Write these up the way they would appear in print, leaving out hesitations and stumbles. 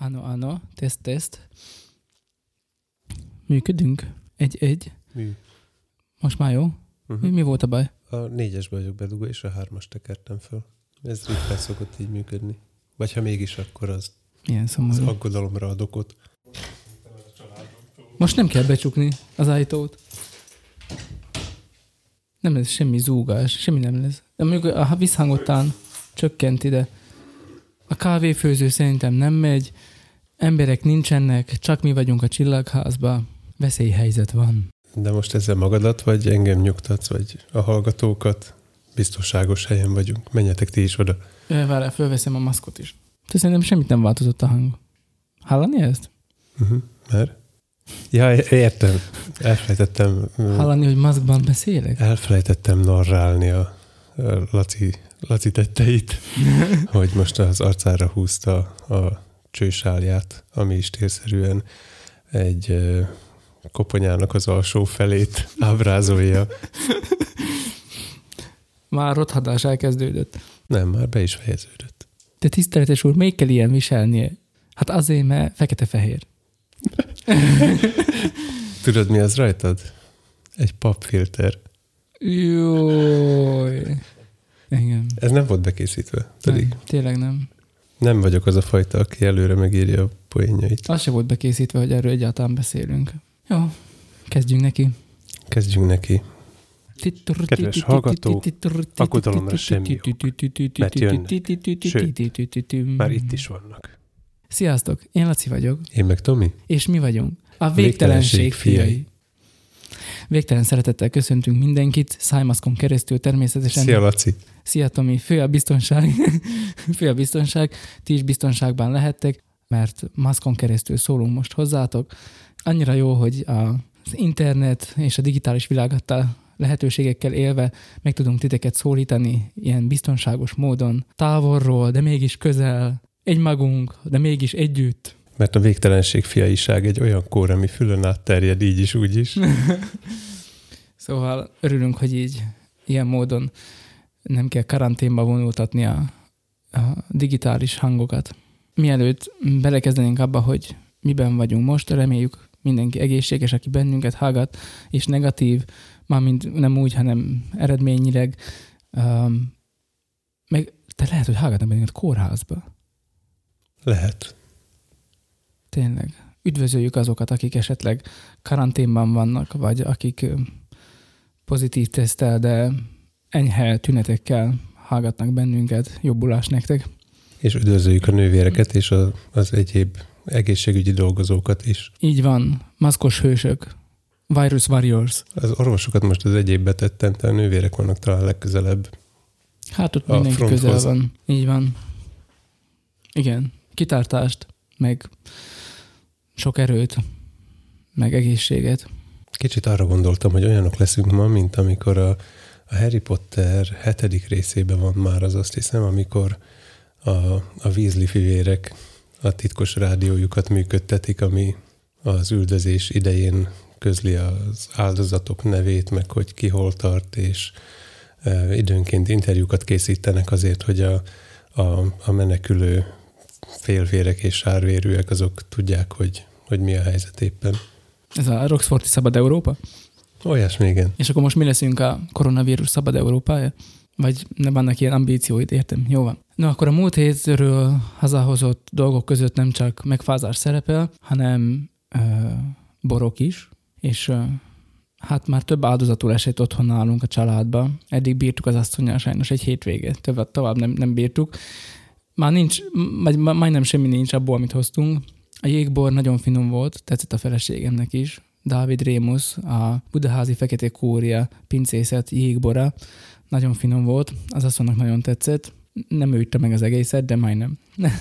Ano, teszt. Működünk. Egy. Most már jó? Mi volt a baj? A 4-esbe vagyok bedugva, és a 3-as tekertem föl. Ez ritkán szokott így működni. Vagy ha mégis, akkor az aggodalomra ad okot. Most nem kell becsukni az ajtót. Nem lesz semmi zúgás, semmi nem lesz. De mondjuk a visszhangotán csökkent ide. A kávéfőző szerintem nem megy, emberek nincsenek, csak mi vagyunk a csillagházban, veszélyhelyzet van. De most ezzel magadat, vagy engem nyugtatsz, vagy a hallgatókat? Biztonságos helyen vagyunk. Menjetek ti is oda. Várjál, fölveszem a maszkot is. Te szerintem semmit nem változott a hang. Hallani ezt? Mert? Ja, értem. Elfelejtettem. Hallani, hogy maszkban beszélek? Elfelejtettem narrálni a Laci tetteit, hogy most az arcára húzta a csősálját, ami is térszerűen egy koponyának az alsó felét ábrázolja. Már rothadás elkezdődött. Nem, már be is fejeződött. De tiszteletes úr, még kell ilyen viselnie? Hát azért, mert fekete-fehér. Tudod, mi az rajtad? Egy papfilter. Jój. Igen. Ez nem volt bekészítve, pedig. Nem, tényleg nem. Nem vagyok az a fajta, aki előre megírja a poénjait. Az se volt bekészítve, hogy erről egyáltalán beszélünk. Jó, kezdjünk neki. Kedves hallgató, aggodalomra semmi ok, mert jönnek, sőt, már itt is vannak. Sziasztok, én Laci vagyok. Én meg Tomi. És mi vagyunk a Végtelenség fiai. Végtelen szeretettel köszöntünk mindenkit, szájmaszkon keresztül természetesen. Szia, Laci. Szia, Tomi. Fő a biztonság. Fő a biztonság. Ti is biztonságban lehettek, mert maszkon keresztül szólunk most hozzátok. Annyira jó, hogy az internet és a digitális világ adta lehetőségekkel élve meg tudunk titeket szólítani ilyen biztonságos módon. Távolról, de mégis közel. Egymagunk, de mégis együtt. Mert a végtelenség fiaiság egy olyan kór, ami fülön átterjed így is, úgy is. Szóval örülünk, hogy így ilyen módon nem kell karanténba vonultatni a digitális hangokat. Mielőtt belekezdenénk abba, hogy miben vagyunk most, reméljük mindenki egészséges, aki bennünket hallgat, és negatív, mármint nem úgy, hanem eredményileg. Meg te lehet, hogy hallgatnak bennünket kórházba. Lehet. Tényleg. Üdvözöljük azokat, akik esetleg karanténban vannak, vagy akik pozitív teszttel, de enyhe tünetekkel hallgatnak bennünket. Jobbulás nektek. És üdvözöljük a nővéreket és az egyéb egészségügyi dolgozókat is. Így van. Maszkos hősök. Virus warriors. Az orvosokat most az egyébbe tettem, de a nővérek vannak talán legközelebb. Hát ott mindenki közel van. Így van. Igen. Kitartást, meg sok erőt, meg egészséget. Kicsit arra gondoltam, hogy olyanok leszünk ma, mint amikor a Harry Potter 7. részében van már az, azt hiszem, amikor a Weasley fivérek a titkos rádiójukat működtetik, ami az üldözés idején közli az áldozatok nevét, meg hogy ki hol tart, és időnként interjúkat készítenek azért, hogy a menekülő félvérek és sárvérűek azok tudják, hogy mi a helyzet éppen. Ez a Roxforti Szabad Európa? Olyasmi, igen. És akkor most mi leszünk a koronavírus Szabad Európája? Vagy nem vannak ilyen ambícióid, értem? Jó van. No, akkor a múlt hétről hazahozott dolgok között nem csak megfázás szerepel, hanem borok is, és hát már több áldozatul esett otthon nálunk a családba. Eddig bírtuk az asszonnyal sajnos egy hétvége, tovább nem bírtuk. Már nincs, majdnem semmi nincs abból, amit hoztunk. A jégbor nagyon finom volt, tetszett a feleségemnek is. Dávid Rémusz, a budaházi fekete kúria pincészet jégbora. Nagyon finom volt, az asszonynak nagyon tetszett. Nem ő itta meg az egészet, de majdnem.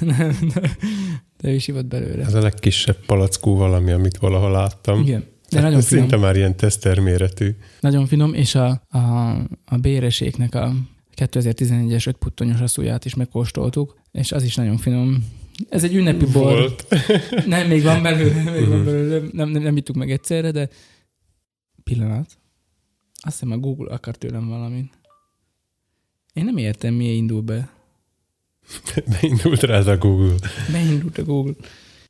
De ő is ivott belőle. Ez a legkisebb palackú valami, amit valaha láttam. Igen, de nagyon finom. Szinte már ilyen teszterméretű. Nagyon finom, és a béreséknek a 2011-es 5 puttonyos asszúját is megkóstoltuk, és az is nagyon finom. Ez egy ünnepi bor. Volt. Nem, még van belőle. Nem ittuk meg egyszerre, de pillanat. Azt hiszem, a Google akar tőlem valamit. Én nem értem, miért indul be. Beindult rá a Google. Beindult a Google.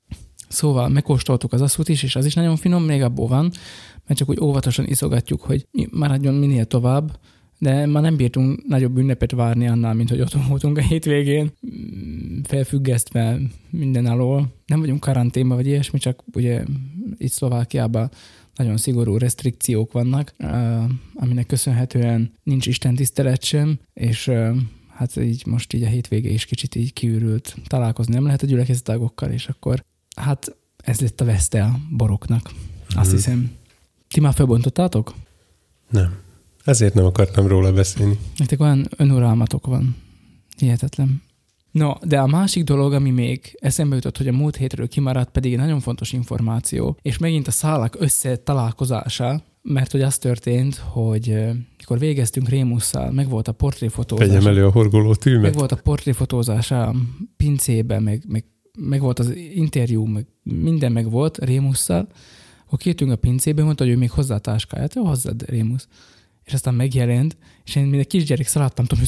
Szóval megkóstoltuk az asszút is, és az is nagyon finom, még abból van, mert csak úgy óvatosan iszogatjuk, hogy maradjon minél tovább, de már nem bírtunk nagyobb ünnepet várni annál, mint hogy otthon voltunk a hétvégén, felfüggesztve minden alól. Nem vagyunk karanténban, vagy ilyesmi, csak ugye itt Szlovákiában nagyon szigorú restrikciók vannak, aminek köszönhetően nincs istentisztelet sem, és hát így most így a hétvége is kicsit így kiürült. Találkozni nem lehet a gyülekezetagokkal, és akkor hát ez lett a veszte a boroknak. Azt hiszem. Ti már felbontottátok? Nem. Ezért nem akartam róla beszélni. Nektek olyan önuralmatok van. Hihetetlen. No, de a másik dolog, ami még eszembe jutott, hogy a múlt hétről kimaradt, pedig egy nagyon fontos információ, és megint a szálak összetalálkozása, mert hogy az történt, hogy mikor végeztünk Rémusszal, meg volt a portréfotózás. Vegyem elő a horgoló tűmet. Meg volt a portréfotózás a pincébe, meg volt az interjú, meg minden meg volt Rémusszal. Akkor kijöttünk a pincébe, mondta, hogy ő még hozzá a táskáját. Jó, hozzád, Rémusz. És aztán megjelent, és én mint egy kisgyerek szaladtam, Tomi,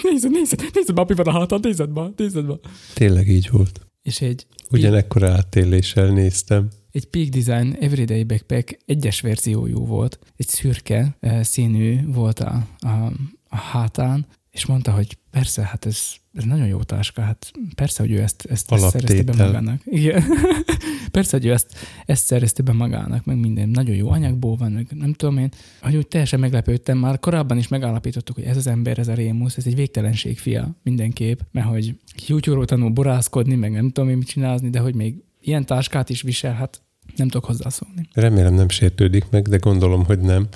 nézd, papi van a hátad, nézd be. Tényleg így volt. És ugyanekkora áttéléssel néztem. Egy Peak Design Everyday Backpack egyes verziójú volt, egy szürke színű volt a hátán, és mondta, hogy persze, hát ez nagyon jó táska, hát persze, hogy ő ezt szerezte be magának. Igen. Persze, hogy ő ezt szerezte be magának, meg minden nagyon jó anyagból van, meg nem tudom én, hogy úgy teljesen meglepődtem, már korábban is megállapítottuk, hogy ez az ember, ez a Rémusz, ez egy végtelenség fia mindenképp, mert hogy YouTube-ról tanul borászkodni, meg nem tudom én mit csinálni, de hogy még ilyen táskát is visel, hát nem tudok hozzászólni. Remélem nem sértődik meg, de gondolom, hogy nem.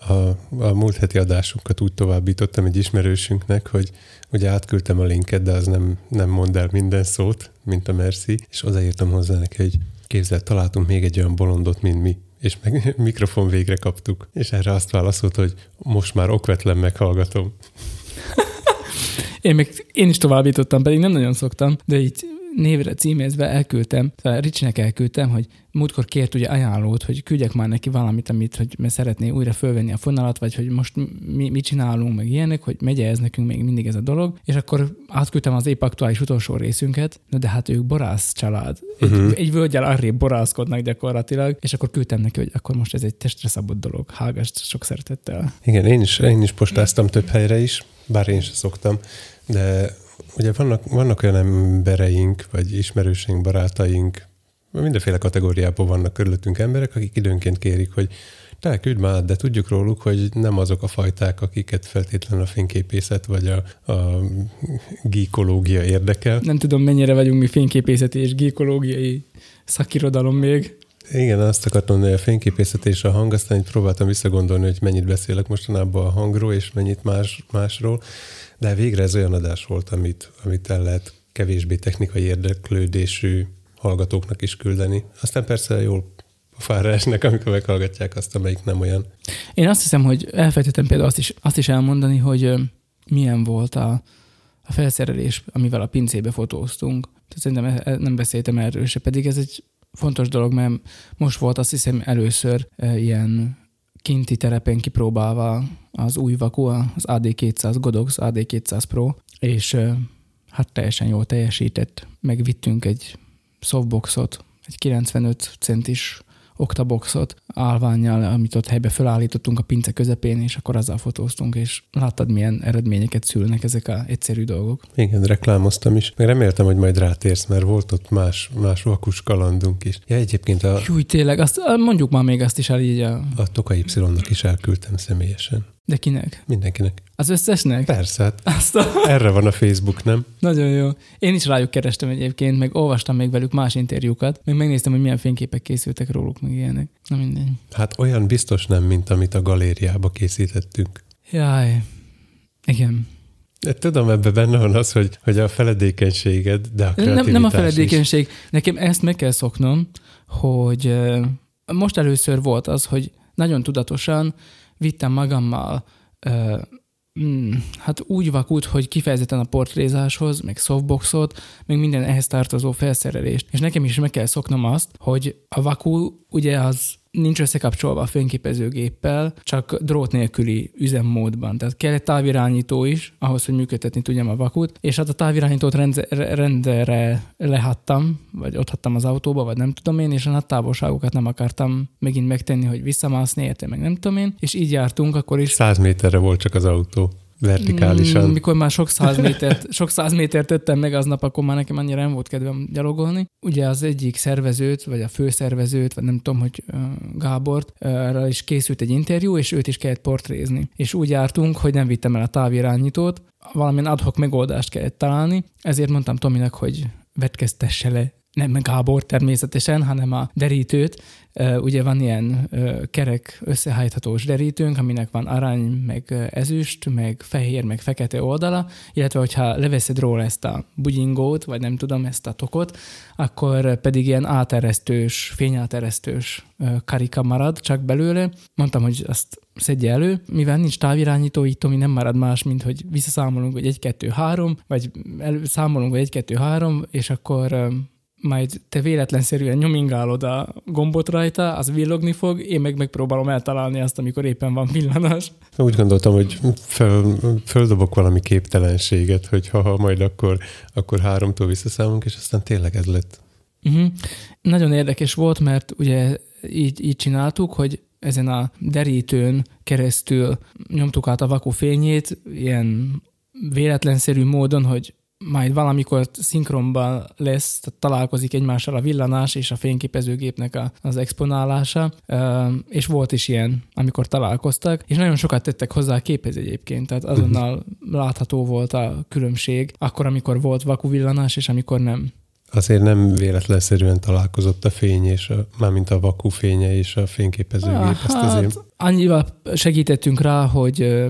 A múlt heti adásunkat úgy továbbítottam egy ismerősünknek, hogy ugye átküldtem a linket, de az nem mond el minden szót, mint a Merci, és odaírtam hozzá neki, hogy képzeld, találtunk még egy olyan bolondot, mint mi, és meg mikrofon végre kaptuk. És erre azt válaszolt, hogy most már okvetlen meghallgatom. Én is továbbítottam, pedig nem nagyon szoktam, de így névre címezve elküldtem, szóval Ricsinek elküldtem, hogy múltkor kért ugye ajánlót, hogy küldjek már neki valamit, hogy szeretné újra fölvenni a fonalat, vagy hogy most mit csinálunk, meg ilyenek, hogy megye ez nekünk még mindig ez a dolog, és akkor átküldtem az épp aktuális utolsó részünket, de hát ők borász család. Egy völgyel arrébb borászkodnak gyakorlatilag, és akkor küldtem neki, hogy akkor most ez egy testre szabott dolog. Hallgass sok szeretettel. Igen, én is postáztam több helyre is, bár én sem szoktam, de ugye vannak olyan embereink, vagy ismerőseink, barátaink, mindenféle kategóriában vannak körülöttünk emberek, akik időnként kérik, hogy te küld már, de tudjuk róluk, hogy nem azok a fajták, akiket feltétlenül a fényképészet vagy a geekológia érdekel. Nem tudom, mennyire vagyunk mi fényképészeti és geekológiai szakirodalom még. Igen, azt akartam mondani, hogy a fényképészet és a hang, aztán próbáltam visszagondolni, hogy mennyit beszélek mostanában a hangról, és mennyit másról. De végre ez olyan adás volt, amit el lehet kevésbé technikai érdeklődésű hallgatóknak is küldeni. Aztán persze jól pofára esnek, amikor meghallgatják azt, amelyik nem olyan. Én azt hiszem, hogy elfelejtettem például azt is elmondani, hogy milyen volt a felszerelés, amivel a pincébe fotóztunk. Tehát szerintem nem beszéltem erről se, pedig ez egy fontos dolog, mert most volt azt hiszem először ilyen kinti terepen kipróbálva az új Vaku, az AD200 Godox AD200 Pro, és hát teljesen jól teljesített. Megvittünk egy softboxot, egy 95 centis oktaboxot állvánnyal, amit ott helybe felállítottunk a pince közepén, és akkor azzal fotóztunk, és láttad, milyen eredményeket szülnek ezek az egyszerű dolgok. Igen, reklámoztam is. Meg reméltem, hogy majd rátérsz, mert volt ott más vakus kalandunk is. Ja, egyébként Júj, tényleg, mondjuk már még azt is el így a Toka Y-nak is elküldtem személyesen. De kinek? Mindenkinek. Az összesnek? Persze, hát erre van a Facebook, nem? Nagyon jó. Én is rájuk kerestem egyébként, meg olvastam még velük más interjúkat, meg megnéztem, hogy milyen fényképek készültek róluk, meg ilyenek. Na mindegy. Hát olyan biztos nem, mint amit a galériába készítettünk. Jaj, igen. Tudom, ebben benne van az, hogy a feledékenységed, de a kreativitás nem a feledékenység. Nekem ezt meg kell szoknom, hogy most először volt az, hogy nagyon tudatosan vittem magammal hát úgy Vakut, hogy kifejezetten a portrézáshoz, meg softboxot, meg minden ehhez tartozó felszerelést. És nekem is meg kell szoknom azt, hogy a Vaku ugye az nincs összekapcsolva a fényképezőgéppel, csak drót nélküli üzemmódban. Tehát kell egy távirányító is, ahhoz, hogy működtetni tudjam a vakut, és hát a távirányítót rendre lehattam, vagy ott hattam az autóba, vagy nem tudom én, és a nagy távolságokat nem akartam megint megtenni, hogy visszamászni érte, meg nem tudom én, és így jártunk akkor is. 100 méterre volt csak az autó. Vertikálisan. Mikor már sok száz métert tettem meg aznap, akkor már nekem annyira nem volt kedvem gyalogolni. Ugye az egyik szervezőt, vagy a főszervezőt, vagy nem tudom, hogy Gábort, arra is készült egy interjú, és őt is kellett portrézni. És úgy jártunk, hogy nem vittem el a távirányítót, valamilyen ad hoc megoldást kellett találni, ezért mondtam Tominak, hogy vetkeztesse le, nem Gábor természetesen, hanem a derítőt. Ugye van ilyen kerek összehajthatós derítőnk, aminek van arany, meg ezüst, meg fehér, meg fekete oldala, illetve hogyha leveszed róla ezt a bugyingót, vagy nem tudom, ezt a tokot, akkor pedig ilyen áteresztős, fényáteresztős karika marad csak belőle. Mondtam, hogy azt szedje elő, mivel nincs távirányító, így Tomi nem marad más, mint hogy visszaszámolunk, hogy 1, 2, 3, vagy számolunk, hogy 1, 2, 3, és akkor majd te véletlenszerűen nyomingálod a gombot rajta, az villogni fog, én meg megpróbálom eltalálni azt, amikor éppen van villanás. Úgy gondoltam, hogy földobok valami képtelenséget, hogy ha majd akkor 3-tól visszaszámolunk, és aztán tényleg ez lett. Nagyon érdekes volt, mert ugye így csináltuk, hogy ezen a derítőn keresztül nyomtuk át a vaku fényét, ilyen véletlenszerű módon, hogy majd valamikor szinkronban lesz, tehát találkozik egymással a villanás és a fényképezőgépnek az exponálása, és volt is ilyen, amikor találkoztak, és nagyon sokat tettek hozzá a képhez egyébként, tehát azonnal látható volt a különbség, akkor, amikor volt vaku villanás, és amikor nem. Azért nem véletlenszerűen találkozott a fény, és mármint a vaku fénye és a fényképezőgép. Annyival segítettünk rá, hogy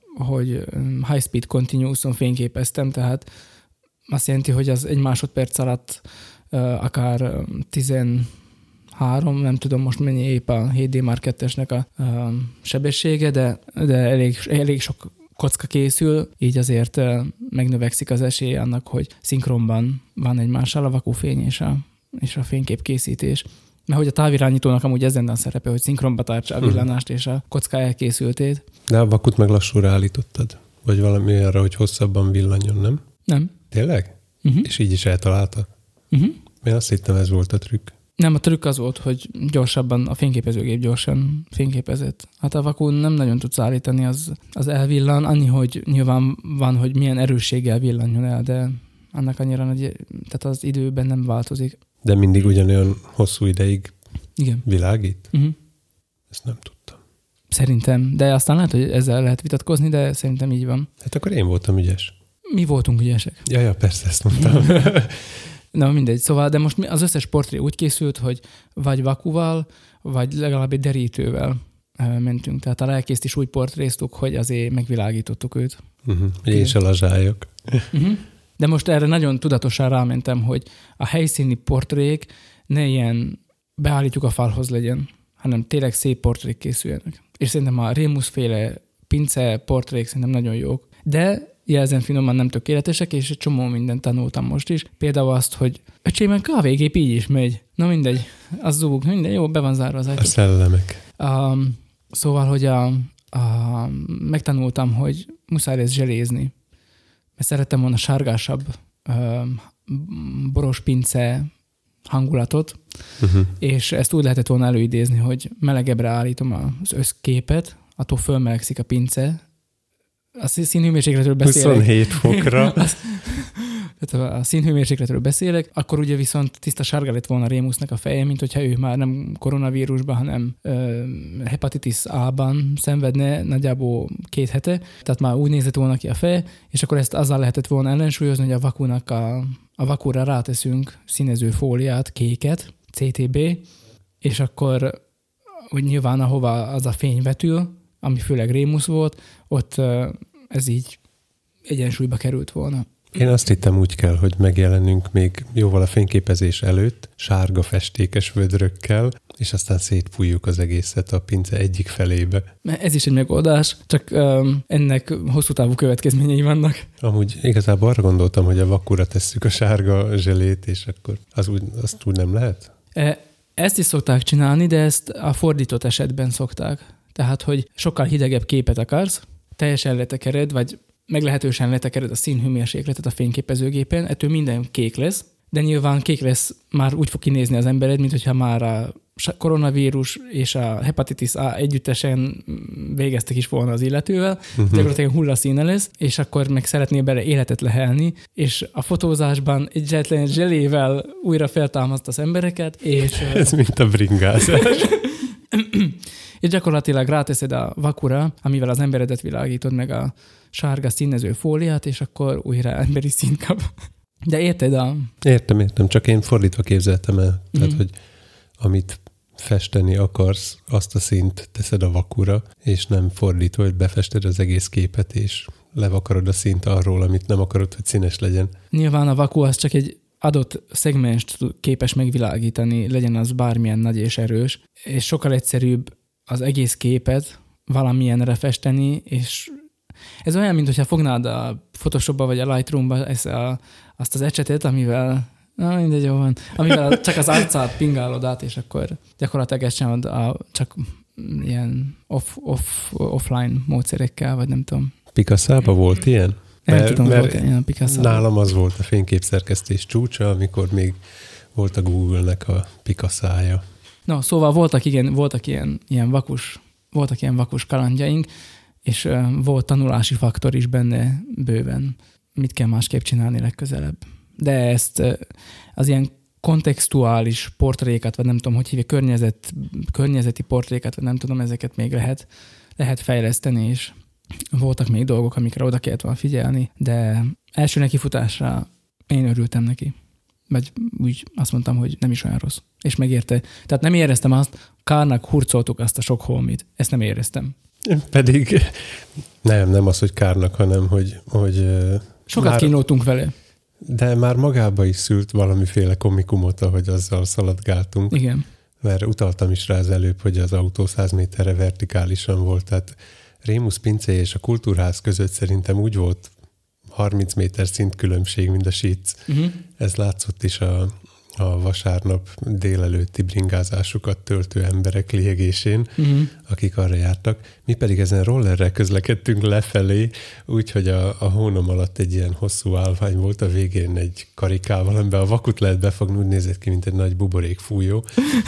high speed continuous-on fényképeztem, tehát azt jelenti, hogy az egy másodperc alatt akár 13, nem tudom most mennyi épp a 7D Mark II-esnek a sebessége, de elég sok kocka készül, így azért megnövekszik az esély annak, hogy szinkronban van egymással a vakufény és a fényképkészítés. Mert hogy a távirányítónak amúgy ezen a szerepe, hogy szinkronba tartsa a villanást és a kocka elkészültét. De a vakut meg lassúra állítottad? Vagy valami arra, hogy hosszabban villanjon, nem? Nem. Tényleg? És így is eltalálta? Én azt hittem, ez volt a trükk. Nem, a trükk az volt, hogy gyorsabban, a fényképezőgép gyorsan fényképezett. Hát a vakun nem nagyon tudsz állítani, az elvillan, annyi, hogy nyilván van, hogy milyen erősséggel villanjon el, de annak annyira nagy, tehát az időben nem változik. De mindig ugyanolyan hosszú ideig igen. Világít? Ezt nem tudtam. Szerintem, de aztán lehet, hogy ezzel lehet vitatkozni, de szerintem így van. Hát akkor én voltam ügyes. Mi voltunk ügyesek. Ja, persze, ezt mondtam. Na mindegy, szóval, de most az összes portré úgy készült, hogy vagy vakuval, vagy legalább egy derítővel mentünk. Tehát a lelkészt is úgy portréztuk, hogy azért megvilágítottuk őt. És a lazsályok. De most erre nagyon tudatosan rámentem, hogy a helyszíni portrék ne ilyen beállítjuk a falhoz legyen, hanem tényleg szép portrék készüljenek. És szerintem a Rémusz-féle pince portrék szerintem nagyon jók. De jelzen finoman nem tökéletesek, és egy csomó mindent tanultam most is. Például azt, hogy öcsém, a kávégép így is megy. Na mindegy, az zúg, mindegy, jó, be van zárva az ajtó. A szellemek. Szóval, hogy megtanultam, hogy muszáj lesz zselézni. Mert szerettem volna sárgásabb boros pince hangulatot, és ezt úgy lehetett volna előidézni, hogy melegebbre állítom az összképet, attól fölmelegszik a pince, a színhőmérsékletről beszélek. 27 fokra. Tehát a színhőmérsékletről beszélek, akkor ugye viszont tiszta sárga lett volna Rémusznak a feje, mint hogyha ő már nem koronavírusban, hanem hepatitis A-ban szenvedne nagyjából 2 hete. Tehát már úgy nézett volna ki a feje, és akkor ezt azzal lehetett volna ellensúlyozni, hogy a vakunak a vakúra ráteszünk színező fóliát, kéket, CTB, és akkor úgy nyilván ahova az a fény vetül, ami főleg Rémusz volt, ott ez így egyensúlyba került volna. Én azt hittem, úgy kell, hogy megjelenünk még jóval a fényképezés előtt, sárga festékes vödrökkel, és aztán szétfújjuk az egészet a pince egyik felébe. Ez is egy megoldás, csak ennek hosszú távú következményei vannak. Amúgy igazából arra gondoltam, hogy a vakúra tesszük a sárga zselét, és akkor azt úgy nem lehet? Ezt is szokták csinálni, de ezt a fordított esetben szokták. Tehát, hogy sokkal hidegebb képet akarsz, teljesen letekered, vagy meglehetősen letekered a színhőmérsékletet a fényképezőgépen, ettől minden kék lesz, de nyilván kék lesz, már úgy fog kinézni az embered, mint hogyha már a koronavírus és a hepatitis A együttesen végeztek is volna az illetővel, gyakorlatilag hullaszíne lesz, és akkor meg szeretnél bele életet lehelni, és a fotózásban egyetlen zselével újra feltámaszt embereket, és... Ez mint a bringázás. És gyakorlatilag ráteszed a vakura, amivel az emberedet világítod meg a sárga színező fóliát, és akkor újra emberi színt kap. De érted a... Értem, csak én fordítva képzeltem el. Tehát, hogy amit festeni akarsz, azt a színt teszed a vakura, és nem fordítva, hogy befested az egész képet, és levakarod a színt arról, amit nem akarod, hogy színes legyen. Nyilván a vaku az csak egy adott szegmenst képes megvilágítani, legyen az bármilyen nagy és erős, és sokkal egyszerűbb az egész képet valamilyenre festeni, és ez olyan, mintha fognád a Photoshopba vagy a Lightroomba azt az ecsetet, amivel mindegy, jó van. Amivel csak az arcát pingálod át, és akkor gyakorlatilag ezt csinálod csak ilyen offline módszerekkel, vagy nem tudom. Picasso-ba volt ilyen? Nem tudom, volt ilyen Picasso-ba. Nálam az volt a fényképszerkesztés csúcsa, amikor még volt a Google-nek a Picasso-ja. No, szóval voltak ilyen vakus kalandjaink, és volt tanulási faktor is benne bőven. Mit kell másképp csinálni legközelebb. De ezt az ilyen kontextuális portrékat, vagy nem tudom, hogy hívja, környezeti portrékat, vagy nem tudom, ezeket még lehet fejleszteni, és voltak még dolgok, amikre oda kellett volna figyelni, de első nekifutásra én örültem neki. Vagy úgy azt mondtam, hogy nem is olyan rossz. És megérte. Tehát nem éreztem azt, kárnak hurcoltuk azt a sok holmit. Ezt nem éreztem. Pedig nem az, hogy kárnak, hanem hogy sokat kínlódtunk vele. De már magába is szült valamiféle komikumot, ahogy azzal szaladgáltunk. Igen. Mert utaltam is rá az előbb, hogy az autó 100 méterre vertikálisan volt. Tehát Rémusz pincéje és a Kultúrház között szerintem úgy volt 30 méter szintkülönbség, mint a Síc. Ez látszott is a vasárnap délelőtti bringázásukat töltő emberek liegésén, akik arra jártak. Mi pedig ezen rollerrel közlekedtünk lefelé, úgyhogy a hónom alatt egy ilyen hosszú állvány volt, a végén egy karikával, amiben a vakut lehet befogni, úgy nézett ki, mint egy nagy buborékfújó.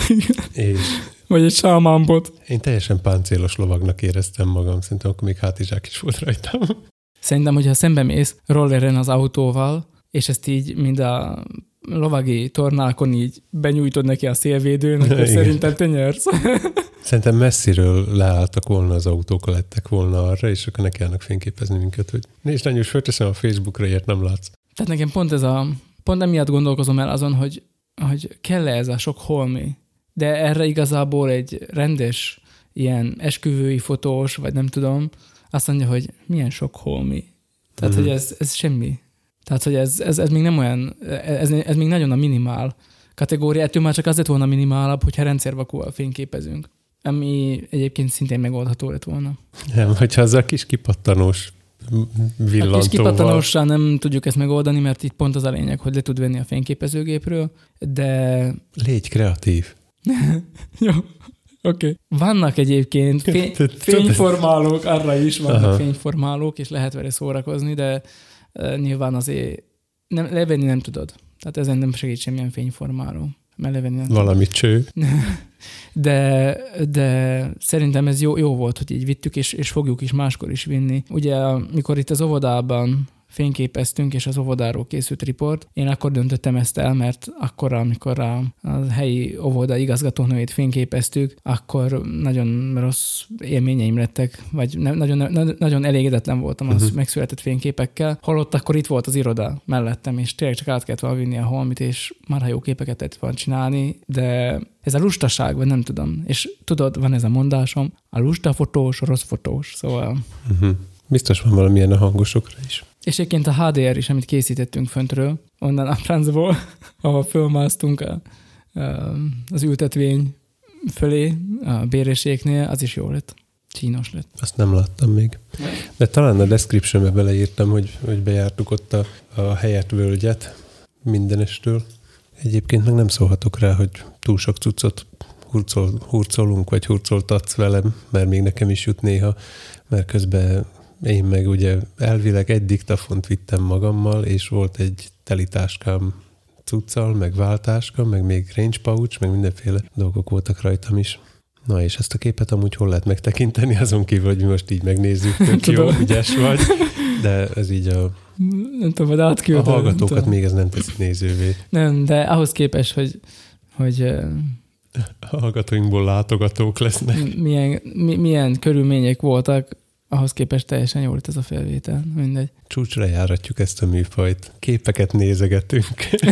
És vagy egy sámánbot. Én teljesen páncélos lovagnak éreztem magam, szerintem akkor még hátizsák is volt rajtam. Szerintem, hogyha szembe mész rolleren az autóval, és ezt így mind a lovagi tornákon így benyújtod neki a szélvédőn, akkor szerintem te nyersz. Szerintem messziről leálltak volna az autók, lettek volna arra, és akkor nekiállnak fényképezni minket, hogy nézd, Lányos, fölteszem a Facebookra, ilyet nem látsz. Tehát nekem pont emiatt gondolkozom el azon, hogy kell-e ez a sok holmi. De erre igazából egy rendes ilyen esküvői fotós, vagy nem tudom, azt mondja, hogy milyen sok holmi. Tehát, hogy ez semmi. Tehát, hogy ez még nem olyan, ez még nagyon a minimál kategória. Ettől már csak az lett volna minimálabb, hogyha rendszervakúval fényképezünk. Ami egyébként szintén megoldható lett volna. Nem, hogyha az a kis kipattanós villantóval. A kis kipattanóssal nem tudjuk ezt megoldani, mert itt pont az a lényeg, hogy le tud venni a fényképezőgépről, de... Légy kreatív. Jó. Oké. Vannak egyébként fényformálók, arra is vannak fényformálók, és lehet vele szórakozni, de nyilván azért levenni nem tudod. Tehát ezen nem segít semmilyen fényformáló. Valami cső. De szerintem ez jó volt, hogy így vittük, és fogjuk is máskor is vinni. Ugye, mikor itt az óvodában fényképeztünk, és az óvodáról készült riport, én akkor döntöttem ezt el, mert akkor, amikor a helyi óvoda igazgatónőjét fényképeztük, akkor nagyon rossz élményeim lettek, vagy nagyon elégedetlen voltam az megszületett fényképekkel, holott akkor itt volt az iroda mellettem, és tényleg csak át kellett volna vinni a holmit, és már jó képeket lehet volna csinálni, de ez a lustaság, vagy nem tudom. És tudod, van ez a mondásom, a lusta fotós, rossz fotós, szóval... Biztos van valamilyen a hangosokra is. És egyébként a HDR is, amit készítettünk föntről, onnan a francból, ahol fölmásztunk az ültetvény fölé, a béreségnél, az is jó lett. Csínos lett. Azt nem láttam még. De talán a descriptionbe beleírtam, hogy bejártuk ott a helyet völgyet mindenestől, Egyébként meg nem szólhatok rá, hogy túl sok cuccot hurcolunk, vagy hurcoltatsz velem, mert még nekem is jut néha, mert közben én meg ugye elvileg egy diktafont vittem magammal, és volt egy telitáskám cuccal, meg váltáska, meg még range pouch, meg mindenféle dolgok voltak rajtam is. Na és ezt a képet amúgy hol lehet megtekinteni, azon kívül, hogy mi most így megnézzük, tök jó, ügyes vagy, de ez így nem tudom, hogy átküldöm. A hallgatókat még ez nem teszi nézővé. Nem, de ahhoz képest, hogy a hallgatóinkból látogatók lesznek. Milyen körülmények voltak, ahhoz képest teljesen jól itt ez a felvétel. Mindegy. Csúcsra járatjuk ezt a műfajt. Képeket nézegetünk.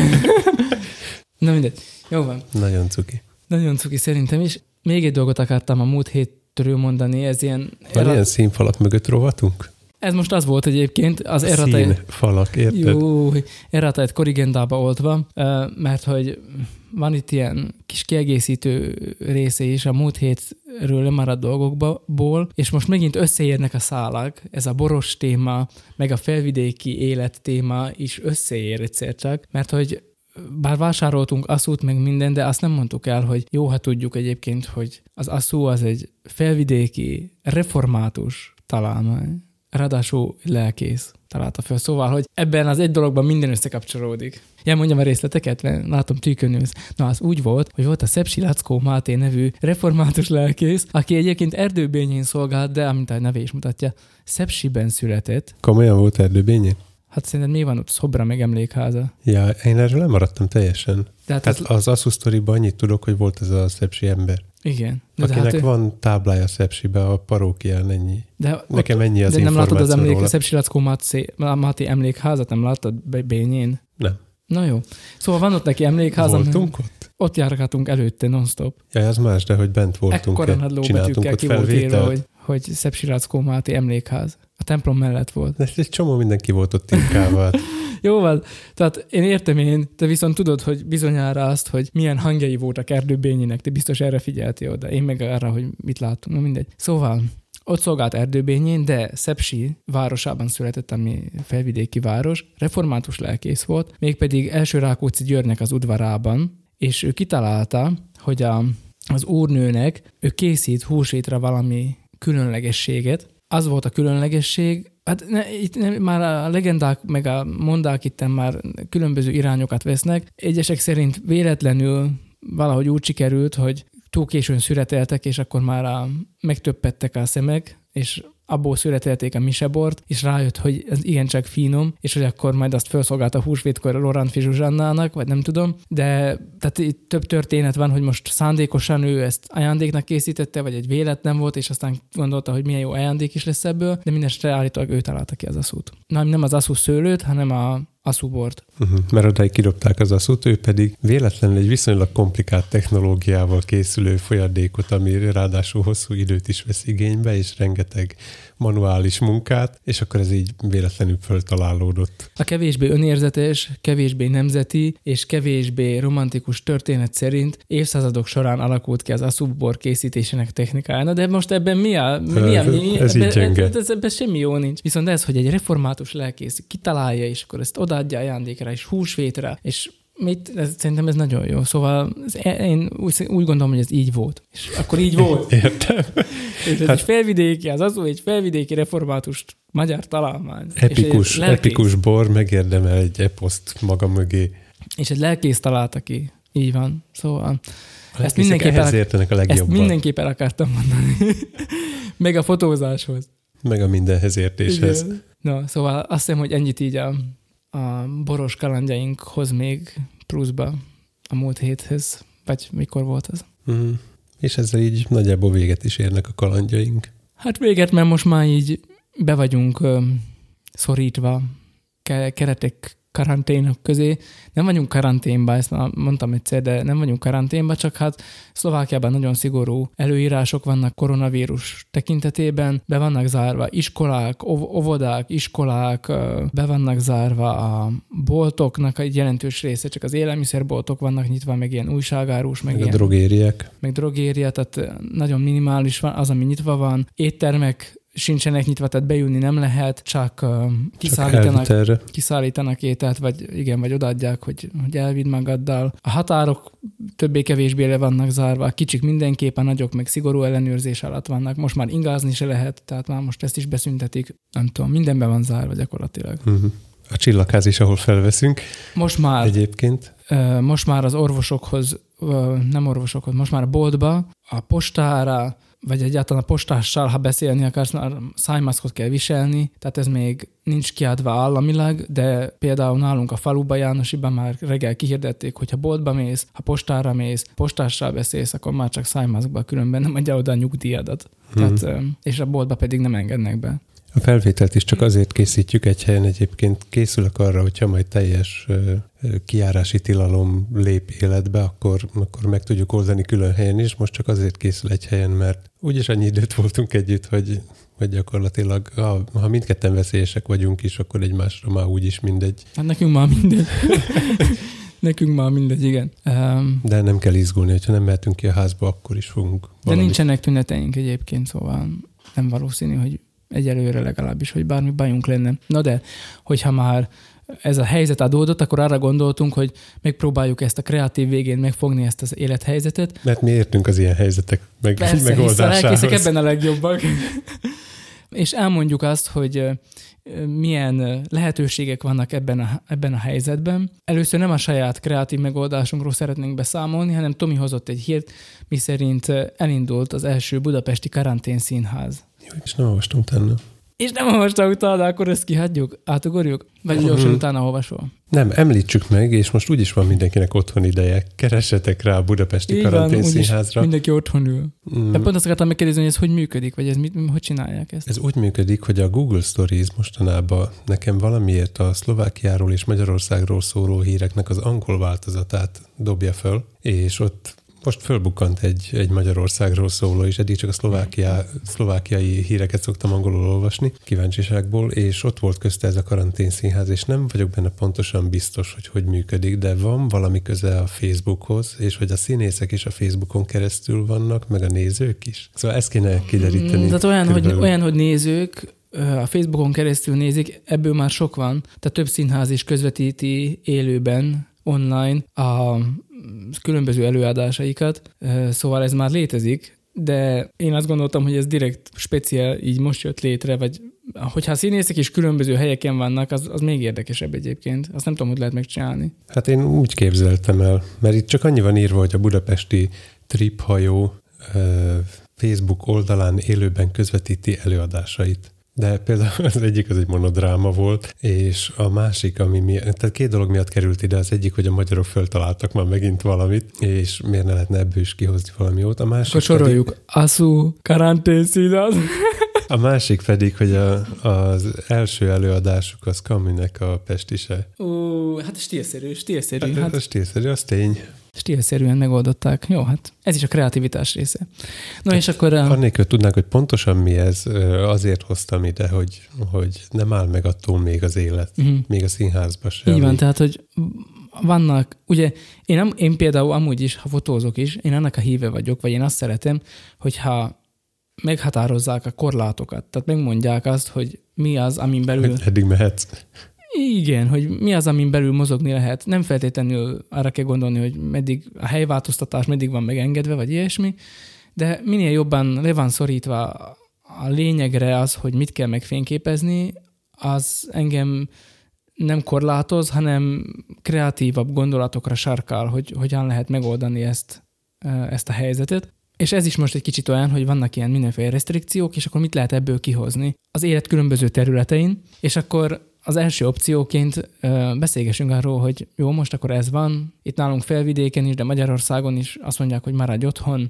Na mindegy. Jó van. Nagyon cuki. Nagyon cuki szerintem is. Még egy dolgot akartam a múlt hétről mondani, ez ilyen... Van ilyen színfalak mögött rovatunk? Ez most az volt egyébként, az színfalak, érted? Jó, erratájt korrigendába oltva, mert hogy van itt ilyen kis kiegészítő része is a múlt hétről lemaradt dolgokból, és most megint összeérnek a szálak, ez a boros téma, meg a felvidéki élet téma is összeér egyszer csak, mert hogy bár vásároltunk asszút meg minden, de azt nem mondtuk el, hogy jó, ha tudjuk egyébként, hogy az asszú az egy felvidéki, református találmány. Ráadásul lelkész találta fel. Szóval, hogy ebben az egy dologban minden összekapcsolódik. Mondjam a részleteket, mert látom tűkönülsz. Na, az úgy volt, hogy volt a Szepsi Lackó Máté nevű református lelkész, aki egyébként Erdőbényén szolgált, de amint a neve is mutatja, Szepsiben született. Komolyan volt Erdőbényén? Hát szerinted mi van ott? Szobra meg emlékháza? Ja, én erről nem maradtam teljesen. Hát az Asszú sztoriban annyit tudok, hogy volt ez a szepsi ember. Igen. Akinek van táblája Szepsibe a parókián, ennyi. De nekem ennyi az de nem információ látod az róla. Szepsi Lackó Máté emlékházat? Nem láttad Bényén? Nem. Na jó. Szóval van ott neki emlékháza. Voltunk ott? Ott járkáltunk előtte non-stop. Ja, az más, de hogy bent voltunk. Ekkora nagy lóbetűkkel ki volt írva, hogy Szepsi Lackó Máté emlékház. A templom mellett volt. De egy csomó mindenki volt ott titkával. Jó van. Tehát én értem te viszont tudod, hogy bizonyára azt, hogy milyen hangjai voltak Erdőbényének, te biztos erre figyeltél oda. Én meg arra, hogy mit láttunk. Na mindegy. Szóval ott szolgált Erdőbényén, de Szepsi városában született, ami felvidéki város, református lelkész volt, mégpedig első Rákóczi Györgynek az udvarában, és ő kitalálta, hogy az úrnőnek ő készít húsvétra valami különlegességet. Az volt a különlegesség, hát már a legendák meg a mondák itten már különböző irányokat vesznek. Egyesek szerint véletlenül valahogy úgy sikerült, hogy túl későn szüreteltek, és akkor már megtöppedtek a szemek, és abból szüretelték a misebort, és rájött, hogy ez igencsak finom, és hogy akkor majd azt felszolgált a húsvétkor a Lorantfi Zsuzsannának, vagy nem tudom, de tehát itt több történet van, hogy most szándékosan ő ezt ajándéknak készítette, vagy egy véletlen volt, és aztán gondolta, hogy milyen jó ajándék is lesz ebből, de mindenesetre állítólag ő találta ki az asszút. Nem az asszú szőlőt, hanem a asszúbort. Mert odáig kidobták az asszút, ő pedig véletlenül egy viszonylag komplikált technológiával készülő folyadékot, ami ráadásul hosszú időt is vesz igénybe, és rengeteg manuális munkát, és akkor ez így véletlenül föltalálódott. A kevésbé önérzetes, kevésbé nemzeti és kevésbé romantikus történet szerint évszázadok során alakult ki az asszúbor készítésének technikája. De most ebben mi ez így gyenge. Ebben semmi jó nincs. Viszont ez, hogy egy református lelkész kitalálja, és akkor ezt odaadja ajándékra, és húsvétre, és szerintem ez nagyon jó. Szóval én úgy gondolom, hogy ez így volt. És akkor így volt. Értem. És ez egy felvidéki, az azul egy felvidéki református magyar találmány. Epikus bor megérdemel egy eposzt maga mögé. És egy lelkész találta ki. Így van. Szóval ezt mindenképp el akartam mondani. Meg a fotózáshoz. Meg a mindenhez értéshez. Igen. Na, szóval azt hiszem, hogy ennyit így a boros kalandjainkhoz még pluszba a múlt héthez, vagy mikor volt az. Mm. És ezzel így nagyjából véget is érnek a kalandjaink. Hát véget, mert most már így be vagyunk szorítva keretek, karanténok közé. Nem vagyunk karanténba, ezt már mondtam egyszer, de nem vagyunk karanténba, csak hát Szlovákiában nagyon szigorú előírások vannak koronavírus tekintetében. Be vannak zárva iskolák, óvodák, iskolák, be vannak zárva a boltoknak egy jelentős része, csak az élelmiszerboltok vannak nyitva, meg ilyen újságárus, meg a drogériák. Meg drogéria, tehát nagyon minimális van az, ami nyitva van. Éttermek sincsenek nyitva, tehát bejönni nem lehet, csak kiszállítanak ételt, vagy odaadják, hogy elvidd magaddal. A határok többé-kevésbé le vannak zárva, a kicsik mindenképpen, nagyok meg szigorú ellenőrzés alatt vannak. Most már ingázni se lehet, tehát már most ezt is beszüntetik. Nem tudom, mindenben van zárva gyakorlatilag. A csillagház is, ahol felveszünk. Most már egyébként. Most már az orvosokhoz, most már a boltba, a postára, vagy egyáltalán a postással, ha beszélni akarsz, már szájmaszkot kell viselni, tehát ez még nincs kiadva államilag, de például nálunk a faluba, Jánosiban már reggel kihirdették, hogy ha boltba mész, ha postára mész, postással beszélsz, akkor már csak szájmaszkba, különben nem adja oda a nyugdíjadat. Tehát, és a boltba pedig nem engednek be. A felvételt is csak azért készítjük egy helyen, egyébként készülök arra, hogyha majd teljes kijárási tilalom lép életbe, akkor meg tudjuk oldani külön helyen is. Most csak azért készül egy helyen, mert úgyis annyi időt voltunk együtt, hogy gyakorlatilag, ha mindketten veszélyesek vagyunk is, akkor egymásra már úgyis mindegy. Hát nekünk már mindegy. Nekünk már mindegy, igen. De nem kell izgulni, hogyha nem mehetünk ki a házba, akkor is fogunk valamit. De nincsenek tüneteink egyébként, szóval nem valószínű, hogy egyelőre legalábbis, hogy bármi bajunk lenne. Na de, hogyha már ez a helyzet adódott, akkor arra gondoltunk, hogy megpróbáljuk ezt a kreatív végén megfogni ezt az élethelyzetet. Mert mi értünk az ilyen helyzetek megoldásához. Persze, hiszen ebben a legjobbak. És elmondjuk azt, hogy milyen lehetőségek vannak ebben a helyzetben. Először nem a saját kreatív megoldásunkról szeretnénk beszámolni, hanem Tomi hozott egy hírt, miszerint elindult az első budapesti karanténszínház. Jó, és nem olvastam utána. És nem olvastam utána, akkor ezt kihagyjuk? Átugorjuk? Vagy gyorsan utána olvasol? Nem, említsük meg, és most úgyis van mindenkinek otthon ideje. Keressetek rá a budapesti karanténszínházra. Mindenki otthon ül. De pont azt akartam megkérdezni, hogy ez hogy működik, vagy hogy csinálják ezt? Ez úgy működik, hogy a Google Stories mostanában nekem valamiért a Szlovákiáról és Magyarországról szóló híreknek az angol változatát dobja föl, és ott most fölbukkant egy Magyarországról szóló, és eddig csak a szlovákiai híreket szoktam angolul olvasni, kíváncsiságból, és ott volt közte ez a karanténszínház, és nem vagyok benne pontosan biztos, hogy működik, de van valami köze a Facebookhoz, és hogy a színészek is a Facebookon keresztül vannak, meg a nézők is. Szóval ezt kéne kideríteni. Tehát olyan, hogy nézők a Facebookon keresztül nézik, ebből már sok van, tehát több színház is közvetíti élőben, online a különböző előadásaikat, szóval ez már létezik, de én azt gondoltam, hogy ez direkt speciál így most jött létre, vagy hogyha a színészek is különböző helyeken vannak, az még érdekesebb egyébként. Azt nem tudom, hogy lehet megcsinálni. Hát én úgy képzeltem el, mert itt csak annyi van írva, hogy a budapesti triphajó Facebook oldalán élőben közvetíti előadásait. De például az egyik az egy monodráma volt, és a másik, tehát két dolog miatt került ide, az egyik, hogy a magyarok föltaláltak már megint valamit, és miért ne lehetne ebből is kihozni valami jót. A másik akkor soroljuk. Aszú, karanténszínház. A másik pedig, hogy az első előadásuk az Kaminek a Pestise. Hát stílszerű. Hát a stílszerű, az tény. Stílszerűen megoldották. Jó, hát ez is a kreativitás része. No, és akkor... Annélkül tudnánk, hogy pontosan mi ez, azért hoztam ide, hogy nem áll meg attól még az élet, még a színházba sem. Így van, tehát, hogy vannak, ugye én például amúgy is, ha fotózok is, én annak a híve vagyok, vagy én azt szeretem, hogyha meghatározzák a korlátokat, tehát megmondják azt, hogy mi az, amin belül... Eddig mehetsz. Igen, hogy mi az, amin belül mozogni lehet. Nem feltétlenül arra kell gondolni, hogy meddig a helyváltoztatás meddig van megengedve, vagy ilyesmi, de minél jobban le van szorítva a lényegre az, hogy mit kell megfényképezni, az engem nem korlátoz, hanem kreatívabb gondolatokra sarkál, hogy hogyan lehet megoldani ezt a helyzetet. És ez is most egy kicsit olyan, hogy vannak ilyen mindenféle restrikciók, és akkor mit lehet ebből kihozni az élet különböző területein, és akkor az első opcióként beszélgessünk arról, hogy jó, most akkor ez van, itt nálunk Felvidéken is, de Magyarországon is azt mondják, hogy maradj otthon,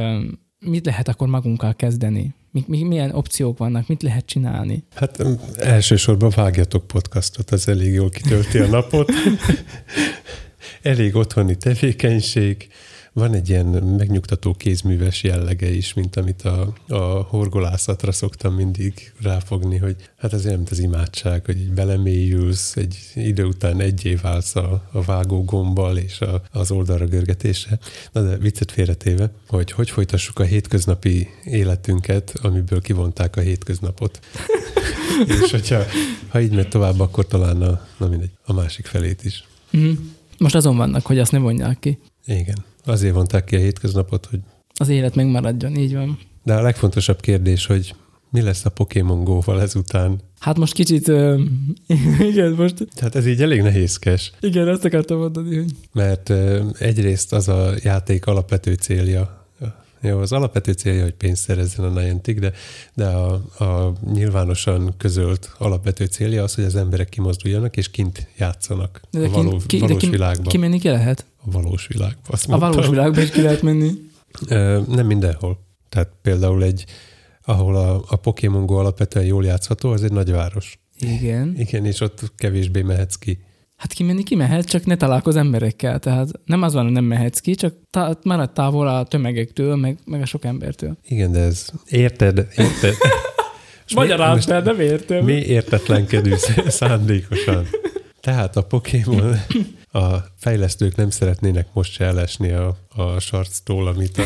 mit lehet akkor magunkkal kezdeni? Milyen opciók vannak, mit lehet csinálni? Hát elsősorban vágjatok podcastot, az elég jól kitölti a napot. Elég otthoni tevékenység, van egy ilyen megnyugtató kézműves jellege is, mint amit a horgolászatra szoktam mindig ráfogni, hogy hát ez olyan, mint az imádság, hogy így belemélyülsz, egy idő után egyé válsz a vágó gombbal és az oldalra görgetésre. Na de viccet félretéve, hogy folytassuk a hétköznapi életünket, amiből kivonták a hétköznapot. És hogyha így megy tovább, akkor talán a másik felét is. Most azon vannak, hogy azt ne vonják ki. Igen. Azért vonták ki a hétköznapot, hogy... Az élet megmaradjon, így van. De a legfontosabb kérdés, hogy mi lesz a Pokémon Go-val ezután? Hát most kicsit... igen, most... Tehát ez így elég nehézkes. Igen, ezt akartam mondani, hogy... Mert egyrészt az a játék alapvető célja, jó, az alapvető célja, hogy pénzt szerezzen a Niantic, de a nyilvánosan közölt alapvető célja az, hogy az emberek kimozduljanak és kint játszanak a valós világban. Kimenni ki lehet? A valós világban. A valós világban is ki lehet menni? Nem mindenhol. Tehát például ahol a Pokémon Go alapvetően jól játszható, az egy nagyváros. Igen. Igen, és ott kevésbé mehetsz ki. Hát kimenni kimehet, csak ne találkozz emberekkel. Tehát nem az van, hogy nem mehetsz ki, csak maradj távol a tömegektől, meg a sok embertől. Igen, de ez... Érted? Magyarázd fel, nem értem. Mi értetlenkedünk szándékosan. Tehát a Pokémon, a fejlesztők nem szeretnének most se elesni a sarctól, amit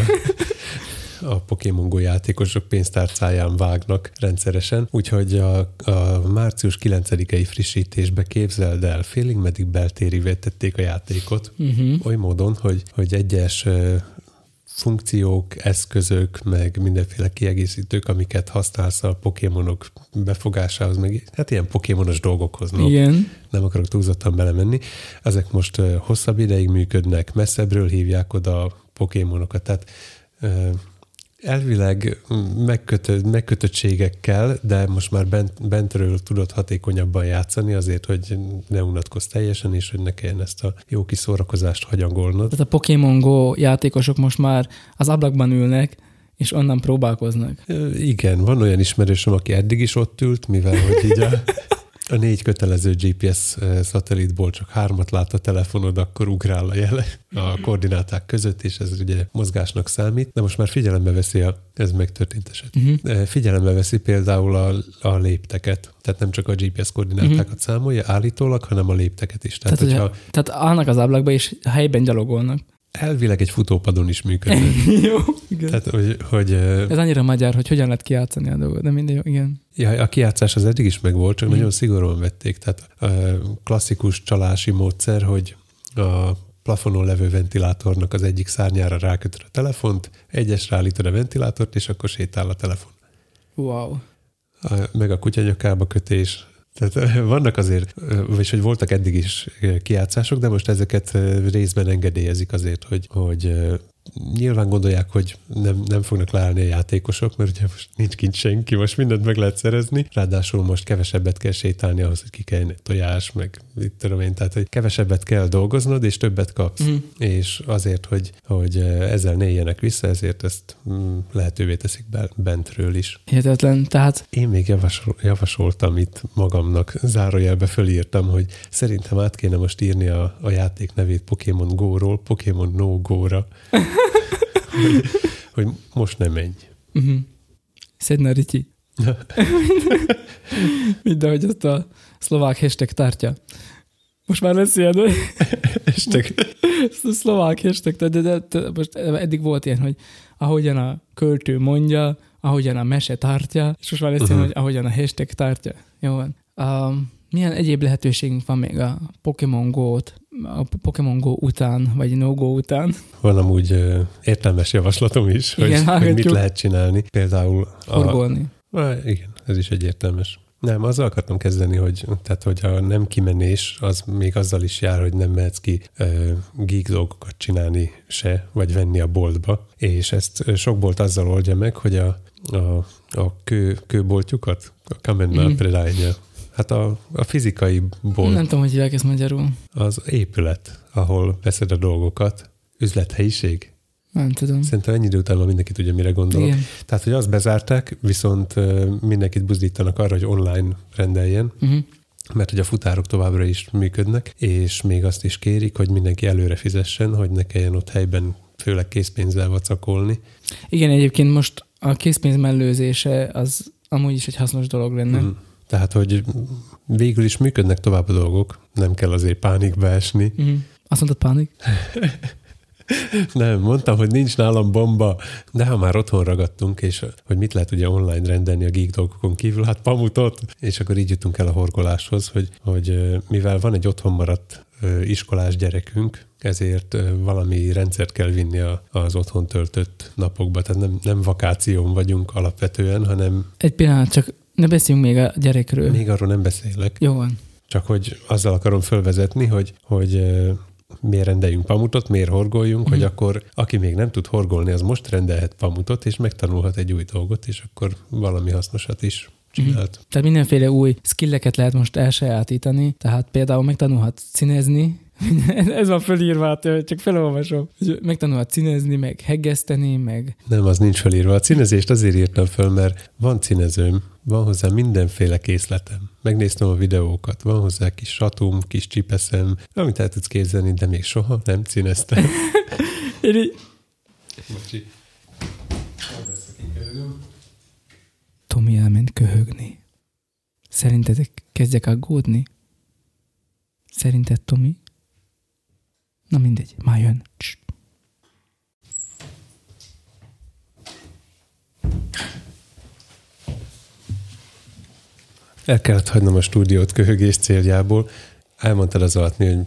a Pokémon Go játékosok pénztárcáján vágnak rendszeresen. Úgyhogy a március 9-i frissítésbe képzeld el, félig meddig beltérivé tették a játékot. Oly módon, hogy egyes funkciók, eszközök, meg mindenféle kiegészítők, amiket használsz a Pokémonok befogásához, meg hát ilyen pokémonos dolgokhoz. No, igen. Nem akarok túlzottan belemenni. Ezek most hosszabb ideig működnek, messzebbről hívják oda a Pokémonokat. Tehát elvileg megkötöttségekkel, de most már bentről tudod hatékonyabban játszani azért, hogy ne unatkozz teljesen, és hogy ne kelljen ezt a jó kis szórakozást hagyangolnod. Tehát a Pokémon Go játékosok most már az ablakban ülnek, és onnan próbálkoznak. Igen, van olyan ismerősöm, aki eddig is ott ült, mivel hogy így a 4 kötelező GPS szatellitból csak 3 lát a telefonod, akkor ugrál a jele a koordináták között, és ez ugye mozgásnak számít, de most már figyelembe veszi ez megtörtént eset. Figyelembe veszi például a lépteket, tehát nem csak a GPS koordinátákat számolja állítólag, hanem a lépteket is. Tehát állnak az ablakba, és helyben gyalogolnak. Elvileg egy futópadon is működik. Jó, igen. Tehát, hogy ez annyira magyar, hogy hogyan lehet kijátszani a dolgot, de minden jó, igen. Ja, a kijátszás az eddig is megvolt, csak nagyon szigorúan vették. Tehát a klasszikus csalási módszer, hogy a plafonon levő ventilátornak az egyik szárnyára rákötöd a telefont, egyesre állítod a ventilátort, és akkor sétál a telefon. Wow. Meg a kutyanyakába kötés. Tehát vannak azért, vagyis hogy voltak eddig is kijátszások, de most ezeket részben engedélyezik azért, hogy nyilván gondolják, hogy nem fognak leállni a játékosok, mert ugye most nincs kint senki, most mindent meg lehet szerezni, ráadásul most kevesebbet kell sétálni ahhoz, hogy kikeljen egy tojás, meg mit tudom én, tehát hogy kevesebbet kell dolgoznod, és többet kapsz. És azért, hogy ezzel ne éljenek vissza, ezért ezt lehetővé teszik bentről is. Hihetetlen, tehát... Én még javasoltam itt magamnak, zárójelbe fölírtam, hogy szerintem át kéne most írni a játék nevét Pokémon Go-ról Pokémon No Go-ra. hogy most nem menj. Szedne Ricsi. Mindenhogy azt a szlovák hashtag tartja. Most már lesz ilyen, hogy... Hashtag. A szlovák hashtag, de most eddig volt ilyen, hogy ahogyan a költő mondja, ahogyan a mese tartja, és most már lesz ilyen, hogy ahogyan a hashtag tartja. Jó van. Milyen egyéb lehetőségünk van még a Pokémon Go után, vagy No Go után? Van amúgy értelmes javaslatom is, igen, hogy mit lehet csinálni. Például... Horgolni. Igen, ez is egy értelmes. Nem, azzal akartam kezdeni, hogyha nem kimenés, az még azzal is jár, hogy nem mehetsz ki geek dolgokat csinálni se, vagy venni a boltba. És ezt sok bolt azzal oldja meg, hogy a kőboltjukat, a Kamenna Predajnya, hát a fizikai bolt. Nem tudom, hogy hívják ezt magyarul. Az épület, ahol veszed a dolgokat, üzlethelyiség. Nem tudom. Szerintem ennyi idő után már mindenki tudja, mire gondolok. Igen. Tehát, hogy azt bezárták, viszont mindenkit buzdítanak arra, hogy online rendeljen, mert hogy a futárok továbbra is működnek, és még azt is kérik, hogy mindenki előre fizessen, hogy ne kelljen ott helyben főleg készpénzzel vacakolni. Igen, egyébként most a készpénz mellőzése az amúgy is egy hasznos dolog lenne. Tehát, hogy végül is működnek tovább a dolgok, nem kell azért pánikba esni. Azt mondtad, pánik? Nem, mondtam, hogy nincs nálam bomba, de ha már otthon ragadtunk, és hogy mit lehet ugye online rendelni a geek dolgokon kívül, hát pamutot, és akkor így jutunk el a horgoláshoz, hogy mivel van egy otthon maradt iskolás gyerekünk, ezért valami rendszert kell vinni az otthon töltött napokba, tehát nem vakáción vagyunk alapvetően, hanem... Egy pillanat, csak ne beszéljünk még a gyerekről. Még arról nem beszélek. Jó van. Csak hogy azzal akarom fölvezetni, hogy miért rendeljünk pamutot, miért horgoljunk, hogy akkor aki még nem tud horgolni, az most rendelhet pamutot, és megtanulhat egy új dolgot, és akkor valami hasznosat is csinált. Tehát mindenféle új skilleket lehet most elsajátítani, tehát például megtanulhat színezni, ez van fölírva, csak felolvasom. Megtanulhat színezni, meg heggeszteni, meg... Nem, az nincs felírva. A színezést azért írtam föl, mert van színezőm, van hozzá mindenféle készletem. Megnéztem a videókat, van hozzá kis satum, kis csipeszem, amit el tudsz képzelni, de még soha nem színeztem. Bocsi. Tomi elment köhögni. Szerintetek kezdjek aggódni? Szerinted, Tomi? Na mindegy, már jön. El kellett hagynom a stúdiót köhögés céljából. Elmondtad az alatt, hogy...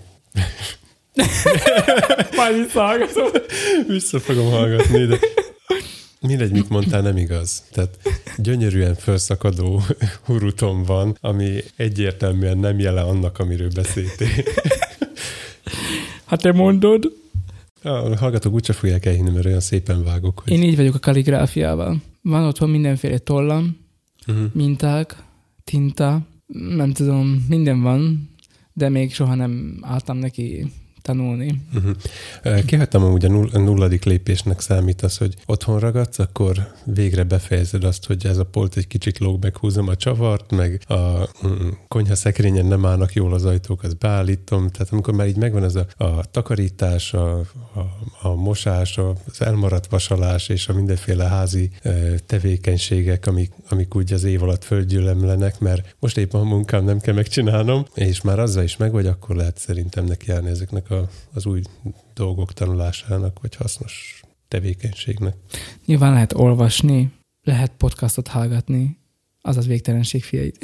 Már visszahallgatom. Vissza fogom hallgatni, de mindegy, mit mondtál, nem igaz. Tehát gyönyörűen felszakadó hurutom van, ami egyértelműen nem jele annak, amiről beszéltél. Hát te mondod. A hallgatók úgyse fogják elhinni, mert olyan szépen vágok. Hogy... Én így vagyok a kalligráfiával. Van otthon mindenféle tollam, minták, tinta, nem tudom, minden van, de még soha nem álltam neki tanulni. Kihagytam amúgy a nulladik lépésnek számít az, hogy otthon ragadsz, akkor végre befejezed azt, hogy ez a polt egy kicsit lóg, meghúzom a csavart, meg a konyha szekrényen nem állnak jól az ajtók, azt beállítom. Tehát amikor már így megvan ez a takarítás, a mosás, az elmaradt vasalás és a mindenféle házi tevékenységek, amik úgy az év alatt földgyűlemlenek, mert most éppen a munkám nem kell megcsinálnom, és már azzal is megvagy, akkor lehet szerintem nekiállni ezeknek az új dolgok tanulásának, vagy hasznos tevékenységnek. Nyilván lehet olvasni, lehet podcastot hallgatni, azaz végtelenség fiai.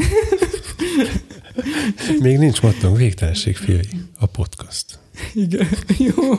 Még nincs mottónk, végtelenség fiai, a podcast. Igen, jó.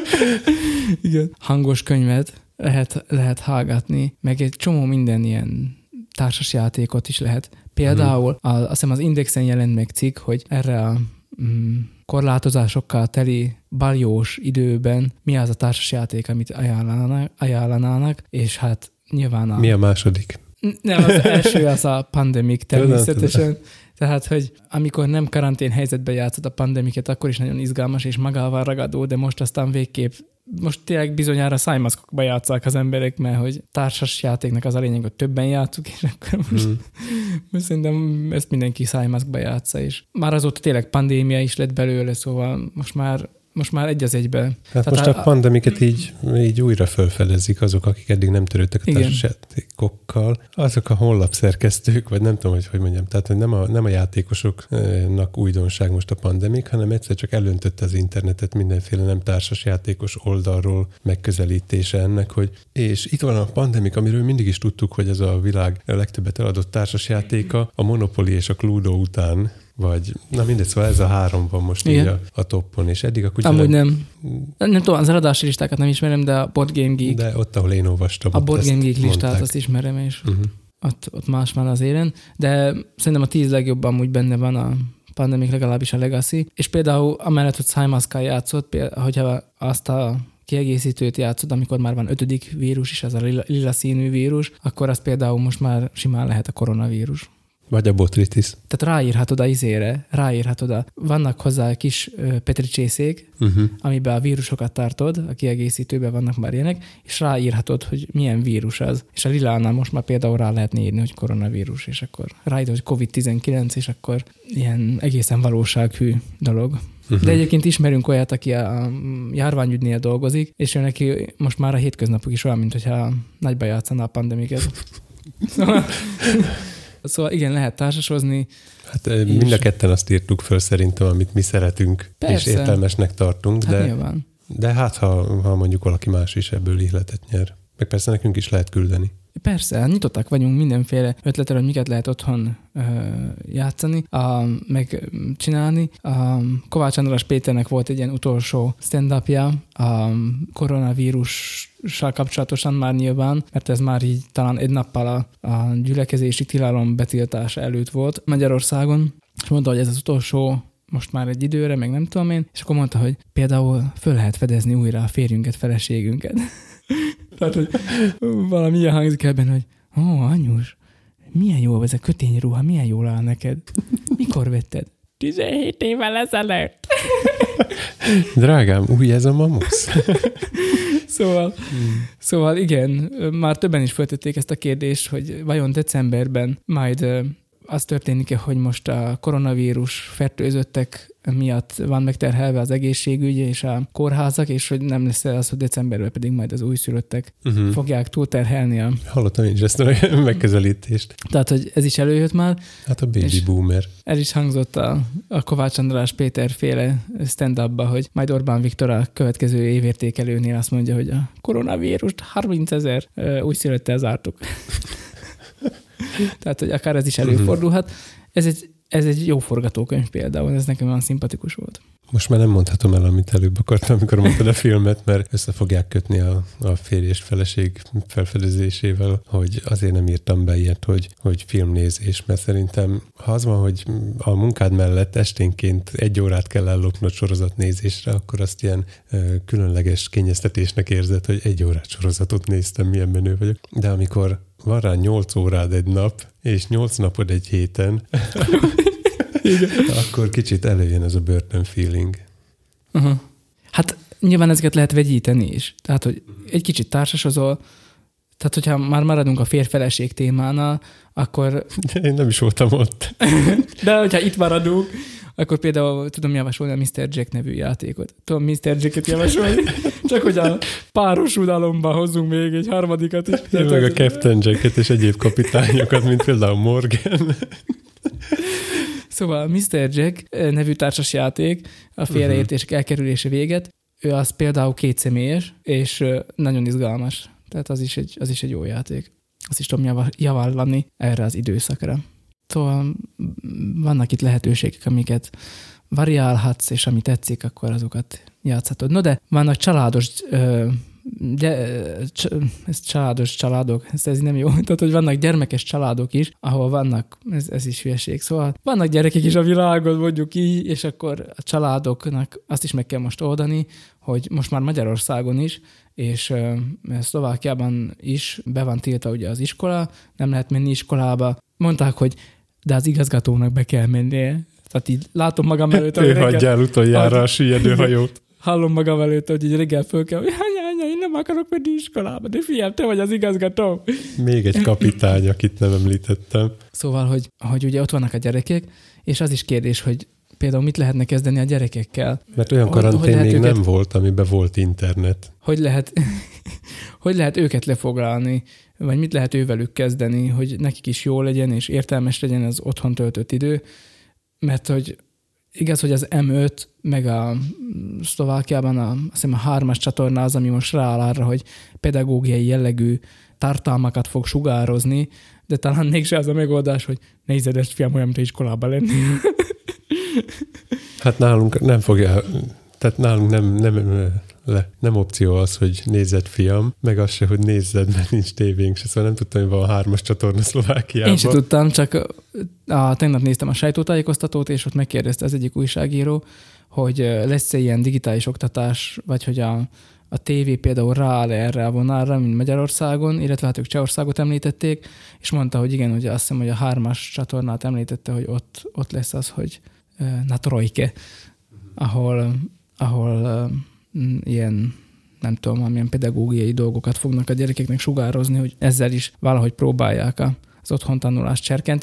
Igen. Hangos könyvet lehet hallgatni, meg egy csomó minden ilyen társasjátékot is lehet. Például azt hiszem az Indexen jelent meg cikk, hogy erre a korlátozásokkal teli baljós időben mi az a társasjáték, amit ajánlanának, és hát nyilván Mi a második? Nem, az első az a Pandemic természetesen. Tehát, hogy amikor nem karantén helyzetben játszod a Pandemicet, akkor is nagyon izgalmas és magával ragadó, de most aztán végképp most tényleg bizonyára szájmaszkokba játsszák az emberek, mert hogy társas játéknak az a lényeg, hogy többen játszuk, és akkor most szerintem ezt mindenki szájmaszkba játsza, és már azóta tényleg pandémia is lett belőle, szóval most már egy az egyben. Hát most a pandemiket így újra felfedezik azok, akik eddig nem törődtek a társasjátékokkal. Azok a honlapszerkesztők, vagy nem tudom, hogy mondjam, tehát hogy nem a játékosoknak újdonság most a pandemik, hanem egyszer csak elöntötte az internetet mindenféle nem társasjátékos oldalról megközelítése ennek, hogy és itt van a pandemik, amiről mindig is tudtuk, hogy ez a világ legtöbbet eladott társasjátéka, a Monopoly és a Cluedo után, vagy, na mindegy, szóval ez a három van most így a toppon, és eddig a amúgy nem tudom, az eladási listákat nem ismerem, de a Board Game Geek. De ott, ahol én olvastam. A Board Game Geek listát azt ismerem, és ott más van az éren, de szerintem a 10 legjobb amúgy benne van a Pandemic, legalábbis a Legacy, és például amellett, hogy Cymaskkal játszott, hogyha azt a kiegészítőt játszod, amikor már van 5. vírus is, az a lila színű vírus, akkor az például most már simán lehet a koronavírus. Vagy a botritis. Tehát ráírhatod oda. Vannak hozzá kis petricsészék, amiben a vírusokat tartod, a kiegészítőben vannak már ilyenek, és ráírhatod, hogy milyen vírus az. És a lilánál most már például rá lehetne írni, hogy koronavírus, és akkor ráírod, hogy COVID-19, és akkor ilyen egészen valósághű dolog. De egyébként ismerünk olyat, aki a járványügynél dolgozik, és ő neki most már a hétköznapok is olyan, mint hogyha nagyba játszana a pandemiket. Szóval igen, lehet társasozni. Hát mind a ketten azt írtuk föl szerintem, amit mi szeretünk, persze, és értelmesnek tartunk, de hát ha mondjuk valaki más is ebből ihletet nyer. Meg persze nekünk is lehet küldeni. Persze, nyitottak vagyunk mindenféle ötletre, hogy miket lehet otthon játszani, meg csinálni. Kovács András Péternek volt egy ilyen utolsó stand-upja a koronavírussal kapcsolatosan már nyilván, mert ez már így talán egy nappal a gyülekezési tilalom betiltása előtt volt Magyarországon, és mondta, hogy ez az utolsó most már egy időre, meg nem tudom én, és akkor mondta, hogy például föl lehet fedezni újra a férjünket, feleségünket. Tehát, hogy valami ilyen hangzik el benne, hogy anyus, milyen jó ez a kötényruha, milyen jól áll neked. Mikor vetted? 17 évvel ezelőtt. Drágám, új ez a mamusz. Szóval igen, már többen is föltették ezt a kérdést, hogy vajon decemberben majd az történik-e, hogy most a koronavírus fertőzöttek miatt van megterhelve az egészségügy és a kórházak, és hogy nem lesz az, hogy decemberben pedig majd az újszülöttek fogják túlterhelni a... Hallottam én is ezt a megközelítést. Tehát, hogy ez is előjött már. Hát a baby boomer. Ez is hangzott a Kovács András Péter féle stand-upba, hogy majd Orbán Viktor a következő évértékelőnél azt mondja, hogy a koronavírust 30 000 újszülöttel zártuk. Tehát, hogy akár ez is előfordulhat. Ez egy jó forgatókönyv például, ez nekem olyan szimpatikus volt. Most már nem mondhatom el, amit előbb akartam, amikor mondtad a filmet, mert össze fogják kötni a férj és feleség felfedezésével, hogy azért nem írtam be ilyet, hogy filmnézés, mert szerintem ha az van, hogy a munkád mellett esténként 1 órát kell ellopnod sorozatnézésre, akkor azt ilyen különleges kényeztetésnek érzed, hogy 1 órát sorozatot néztem, milyen menő vagyok. De amikor van rá 8 órád egy nap, és 8 napod egy héten, akkor kicsit előjön ez a börtön feeling. Hát nyilván ezeket lehet vegyíteni is. Tehát, hogy egy kicsit társasozol, tehát, hogyha már maradunk a férj-feleség témánál, akkor... Én nem is voltam ott. De hogyha itt maradunk, akkor például tudom javasolni a Mr. Jack nevű játékot. Tudom Mr. Jacket javasolni, csak hogy a páros udalomban hozzunk még egy harmadikat is. Én meg a Captain Jacket és egyéb kapitányokat, mint például Morgan. Szóval Mr. Jack nevű társasjáték a félreértések elkerülése véget. Ő az például 2 személyes, és nagyon izgalmas. Tehát az is egy jó játék. Azt is tudom javallani erre az időszakra. Szóval vannak itt lehetőségek, amiket variálhatsz, és ami tetszik, akkor azokat játszhatod. No de vannak családos családok, ez nem jó. Tehát, hogy vannak gyermekes családok is, ahol vannak, ez is hülyeség. Szóval vannak gyerekek is a világon, mondjuk így, és akkor a családoknak azt is meg kell most oldani, hogy most már Magyarországon is, és Szlovákiában is be van tiltva ugye az iskola, nem lehet menni iskolába. Mondták, hogy de az igazgatónak be kell mennie. Tehát így látom magam előtt, hogy hagyjál utoljára a süllyedő hajót. Hallom magam előtt, hogy így reggel föl kell, hogy én nem akarok menni iskolába, de figyelj, te vagy az igazgató. Még egy kapitány, akit nem említettem. Szóval, hogy ugye ott vannak a gyerekek, és az is kérdés, hogy például mit lehetne kezdeni a gyerekekkel. Mert olyan karantén még őket... nem volt, amiben volt internet. Hogy lehet őket lefoglalni, vagy mit lehet ővelük kezdeni, hogy nekik is jó legyen, és értelmes legyen az otthon töltött idő, mert hogy igaz, hogy az M5, meg a Szlovákiában azt hiszem a 3-as csatorna az, ami most rááll arra, hogy pedagógiai jellegű tartalmakat fog sugározni, de talán mégse az a megoldás, hogy nézed ezt, fiam, olyan, mint a iskolába lenni. Hát nálunk nem fogja, tehát nálunk nem opció az, hogy nézzed, fiam, meg az se, hogy nézzed, mert nincs tévénk se, szóval nem tudtam, hogy van 3-as csatorna Szlovákiában. Én sem tudtam, csak tegnap néztem a sajtótájékoztatót, és ott megkérdezte az egyik újságíró, hogy lesz-e ilyen digitális oktatás, vagy hogy a tévé például rááll erre a vonalra, mint Magyarországon, illetve hát ők Csehországot említették, és mondta, hogy igen, hogy azt hiszem, hogy a 3-as csatornát említette, hogy ott lesz az, hogy na trojke, ahol ilyen, nem tudom, amilyen pedagógiai dolgokat fognak a gyerekeknek sugározni, hogy ezzel is valahogy próbálják az otthontanulást serkenteni.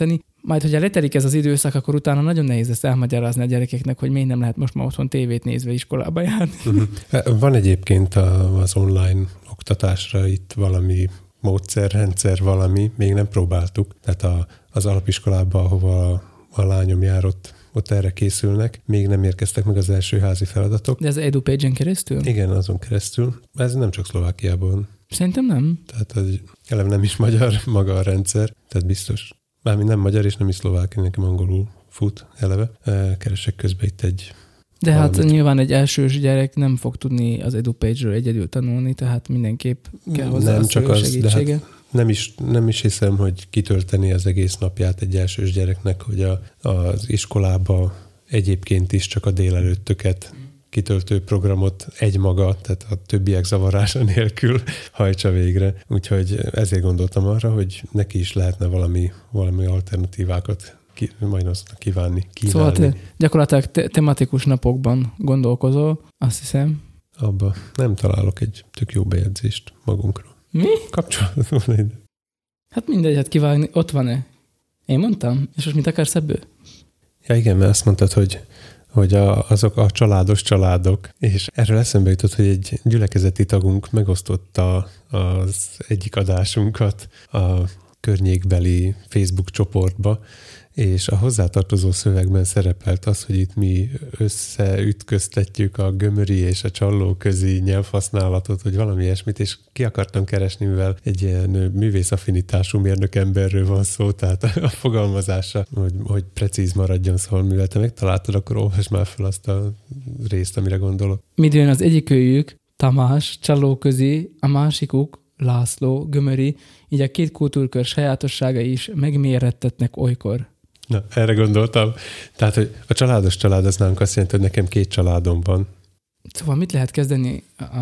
majd, hogyha letelik ez az időszak, akkor utána nagyon nehéz ezt elmagyarázni a gyerekeknek, hogy miért nem lehet most már otthon tévét nézve iskolába járni. Van egyébként az online oktatásra itt valami módszerrendszer, valami, még nem próbáltuk. Tehát az alapiskolában, ahova a lányom járott, ott erre készülnek. Még nem érkeztek meg az első házi feladatok. De ez EduPage-en keresztül? Igen, azon keresztül. Ez nem csak Szlovákiában. Szerintem nem. Tehát eleve nem is magyar maga a rendszer, tehát biztos. Bármi nem magyar és nem is szlovák, nekem angolul fut eleve. Keresek közben itt egy... De valamit. Hát nyilván egy elsős gyerek nem fog tudni az EduPage-ről egyedül tanulni, tehát mindenképp kell hozzá nem a csak az, segítsége. De hát nem is hiszem, hogy kitölteni az egész napját egy elsős gyereknek, hogy az iskolába egyébként is csak a délelőttöket kitöltő programot egymaga, tehát a többiek zavarása nélkül hajtsa végre. Úgyhogy ezért gondoltam arra, hogy neki is lehetne valami alternatívákat majd azt kívánni. Szóval te gyakorlatilag tematikus napokban gondolkozol, azt hiszem. Abba nem találok egy tök jó bejegyzést magunkról. Mi? Kapcsolatban. Hát mindegy, hát kivágni. Ott van-e? Én mondtam? És most mit akarsz ebből? Ja igen, mert azt mondtad, hogy azok a családos családok, és erről eszembe jutott, hogy egy gyülekezeti tagunk megosztotta az egyik adásunkat a környékbeli Facebook csoportba, és a hozzátartozó szövegben szerepelt az, hogy itt mi összeütköztetjük a gömöri és a csalló közi nyelvhasználatot, hogy valami ilyesmit, és ki akartam keresni, mivel egy ilyen művészaffinitású mérnök emberről van szó, tehát a fogalmazása, hogy precíz maradjon, szóval mivel te megtaláltad, akkor olvasd már fel azt a részt, amire gondolok. Midőn az egyikőjük, Tamás, csallóközi, a másikuk, László, gömöri, így a két kultúrkör sajátossága is megmérettetnek olykor. Na, erre gondoltam. Tehát, hogy a családos család az nálunk azt jelenti, hogy nekem 2 családom van. Szóval mit lehet kezdeni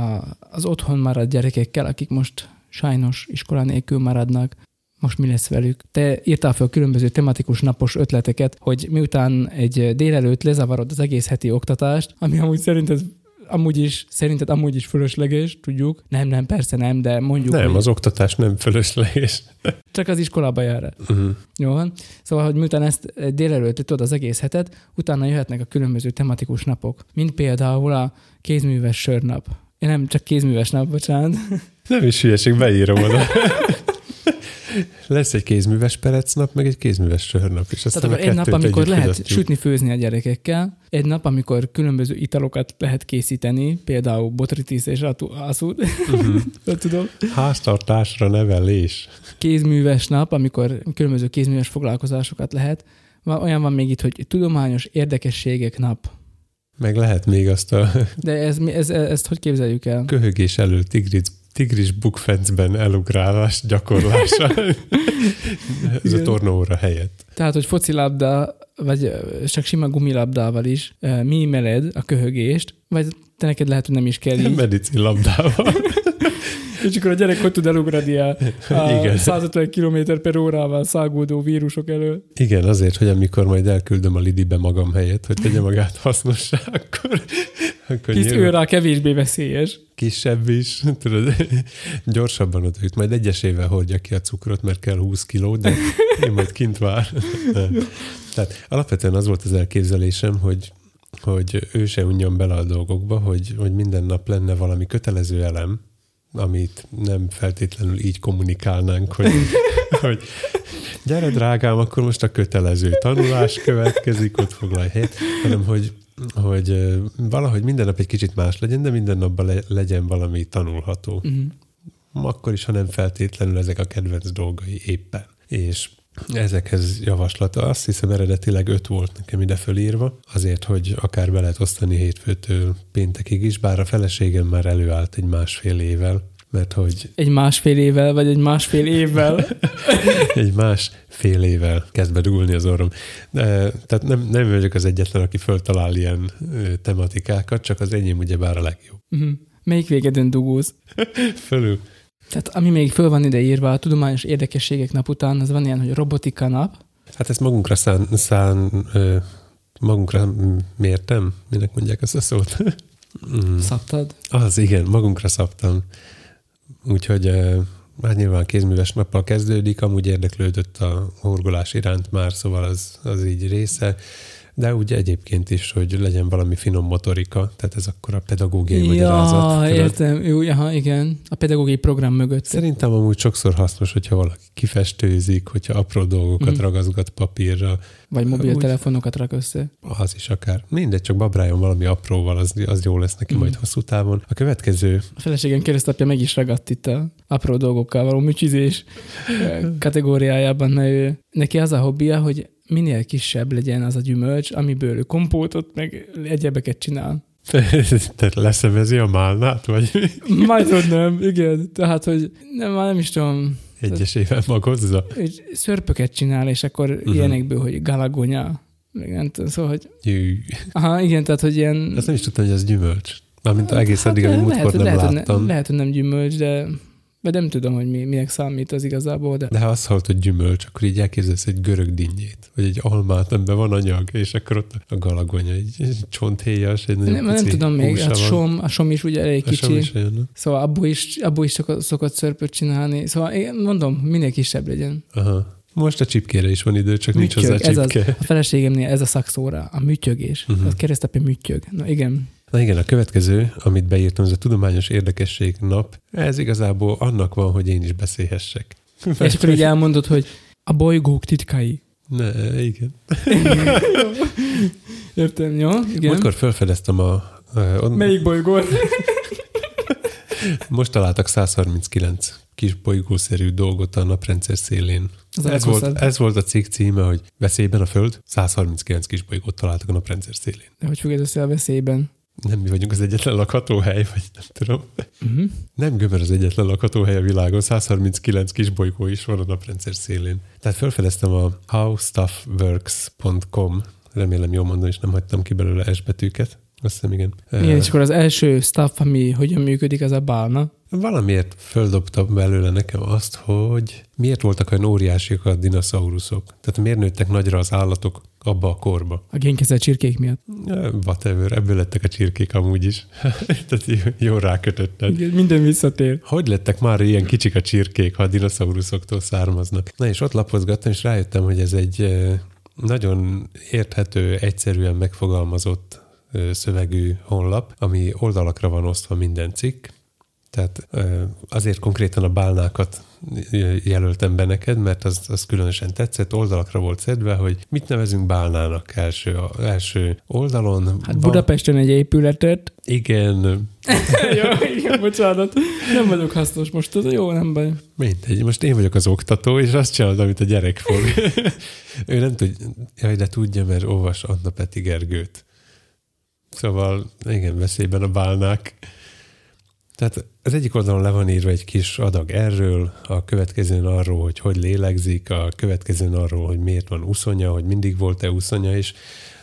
az otthon maradt gyerekekkel, akik most sajnos iskola nélkül maradnak? Most mi lesz velük? Te írtál fel különböző tematikus napos ötleteket, hogy miután egy délelőtt lezavarod az egész heti oktatást, ami amúgy szerinted amúgy is fölösleges, tudjuk. Nem, persze nem, de mondjuk... Nem, hogy... az oktatás nem fölösleges. Csak az iskolába jár. Jó van? Szóval, hogy miután ezt délelőtt tudod az egész hetet, utána jöhetnek a különböző tematikus napok. Mint például a kézműves sörnap. Nem, csak kézműves nap, bocsánat. Nem is hülyeség, beírom oda. Lesz egy kézműves perecnap, meg egy kézműves sörnap is. Tehát akkor egy nap, amikor lehet sütni-főzni a gyerekekkel, egy nap, amikor különböző italokat lehet készíteni, például botritis és aszút. Tudom. Háztartásra nevelés. Kézműves nap, amikor különböző kézműves foglalkozásokat lehet. Olyan van még itt, hogy tudományos érdekességek nap. Meg lehet még azt a... De ezt hogy képzeljük el? Köhögés elől tigris bukfencben elugrálás gyakorlása. Ez a tornaóra helyett. Tehát, hogy focilabda, vagy csak sima gumilabdával is mímeled a köhögést, vagy te neked lehet, hogy nem is kell így. Medicin labdával. És akkor a gyerek hogy tud elugrani a 150 km/h száguldó vírusok elől. Igen, azért, hogy amikor majd elküldöm a Lidibe magam helyett, hogy tegye magát hasznossá, akkor hisz ő rá kevésbé veszélyes. Kisebb is, tudod, gyorsabban odaüt. Majd egyesével hordja ki a cukrot, mert kell 20 kiló, de én majd kint vár. Tehát alapvetően az volt az elképzelésem, hogy ő se unjon bele a dolgokba, hogy minden nap lenne valami kötelező elem, amit nem feltétlenül így kommunikálnánk, hogy gyere drágám, akkor most a kötelező tanulás következik, ott foglalj helyet, hanem hogy valahogy minden nap egy kicsit más legyen, de minden napban legyen valami tanulható. Akkor is, ha nem feltétlenül ezek a kedvenc dolgai éppen. És ezekhez javaslata, azt hiszem eredetileg 5 volt nekem ide fölírva, azért, hogy akár be lehet osztani hétfőtől péntekig is, bár a feleségem már előállt egy 1,5 évvel, mert hogy... Egy 1,5 évvel, vagy egy 1,5 évvel? Egy 1,5 évvel kezd bedugulni az orrom. Tehát nem vagyok az egyetlen, aki föltalál ilyen tematikákat, csak az enyém ugyebár a legjobb. Melyik végedön dugulsz? Fölül. Tehát ami még föl van ide írva a tudományos érdekességek nap után, az van ilyen, hogy robotika nap. Hát ezt magunkra magunkra mértem? Minek mondják azt a szót? Szabtad? Az, igen, magunkra szabtam. Úgyhogy már nyilván kézműves nappal kezdődik, amúgy érdeklődött a horgolás iránt már, szóval az így része, de úgy egyébként is, hogy legyen valami finom motorika, tehát ez akkor a pedagógiai magyarázat. Értem. Jó, igen. A pedagógiai program mögött. Szerintem amúgy sokszor hasznos, hogyha valaki kifestőzik, hogyha apró dolgokat ragaszgat papírra. Vagy mobiltelefonokat rak össze. Az is akár. Mindegy, csak babrájon valami apróval, az jó lesz neki majd hosszú távon. A következő... A feleségem keresztapja meg is ragadt itt a apró dolgokkal való műcsizés kategóriájában, mert neki az a hobbija, hogy minél kisebb legyen az a gyümölcs, amiből ő kompótot, meg egyebeket csinál. Tehát leszemezi a málnát, vagy mi? Majd nem, igen. Tehát, hogy nem is tudom. Egyesével magozza. Szörpöket csinál, és akkor ilyenekből, hogy galagonya, meg nem tudom, szóval, hogy... Aha, igen, tehát, hogy ilyen... Azt nem is tudtam, hogy ez gyümölcs. Mármint egész addig, amit múltkor nem láttam. Lehet, hogy nem gyümölcs, de nem tudom, hogy minek számít az igazából. De ha azt hallott, hogy gyümölcs, akkor így elképzelsz egy görög dinnyét, vagy egy almát, amiben van anyag, és akkor ott a galagonya, egy csonthéjas, egy nagyon nem tudom még, a som is ugye elég kicsi. Szóval abból is szokott szörpöt csinálni. Szóval én mondom, minél kisebb legyen. Aha. Most a csipkére is van idő, csak nincs hozzá csipke. A feleségemnél ez a szakszóra, a műtyögés. A keresztapja műtyög. Na igen. Na igen, a következő, amit beírtam, ez a tudományos érdekesség nap. Ez igazából annak van, hogy én is beszélhessek. És akkor így elmondod, hogy a bolygók titkái. Ne, igen. Értem, jó? Igen. Múltkor felfedeztem Melyik bolygó? Most találtak 139 kis bolygószerű dolgot a naprendszer szélén. Ez volt a cikk címe, hogy veszélyben a Föld, 139 kis bolygót találtak a naprendszer szélén. De hogy függ ez össze a veszélyben? Nem mi vagyunk az egyetlen lakható hely, vagy nem tudom. Nem Gömör az egyetlen lakható hely a világon, 139 kis bolygó is van a naprendszer szélén. Tehát felfedeztem a howstuffworks.com, remélem jól mondom, és nem hagytam ki belőle S betűket. Azt hiszem, igen. Igen, és akkor az első stuff, ami hogyan működik, az a bálna. Valamiért földobta belőle nekem azt, hogy miért voltak olyan óriásiak a dinoszauruszok. Tehát miért nőttek nagyra az állatok abba a korba. A génkezelt csirkék miatt. Whatever, ebből lettek a csirkék amúgy is. Tehát jól rákötötted. Igen, minden visszatér. Hogy lettek már ilyen kicsik a csirkék, ha a dinoszauruszoktól származnak? Na és ott lapozgattam, és rájöttem, hogy ez egy nagyon érthető, egyszerűen megfogalmazott szövegű honlap, ami oldalakra van osztva minden cikk. Tehát azért konkrétan a bálnákat jelöltem be neked, mert az különösen tetszett. Oldalakra volt szedve, hogy mit nevezünk bálnának első oldalon. Hát Budapesten egy épületet. Igen. Igen, bocsánat. Nem vagyok hasznos most, ez jó, nem baj. Mindegy, most én vagyok az oktató, és azt csinálod, amit a gyerek fog. Ő nem tudja, de tudja, mert olvas Anna Peti Gergőt. Szóval igen, veszélyben a bálnák. Tehát az egyik oldalon le van írva egy kis adag erről, a következőn arról, hogy lélegzik, a következőn arról, hogy miért van uszonya, hogy mindig volt-e uszonya, és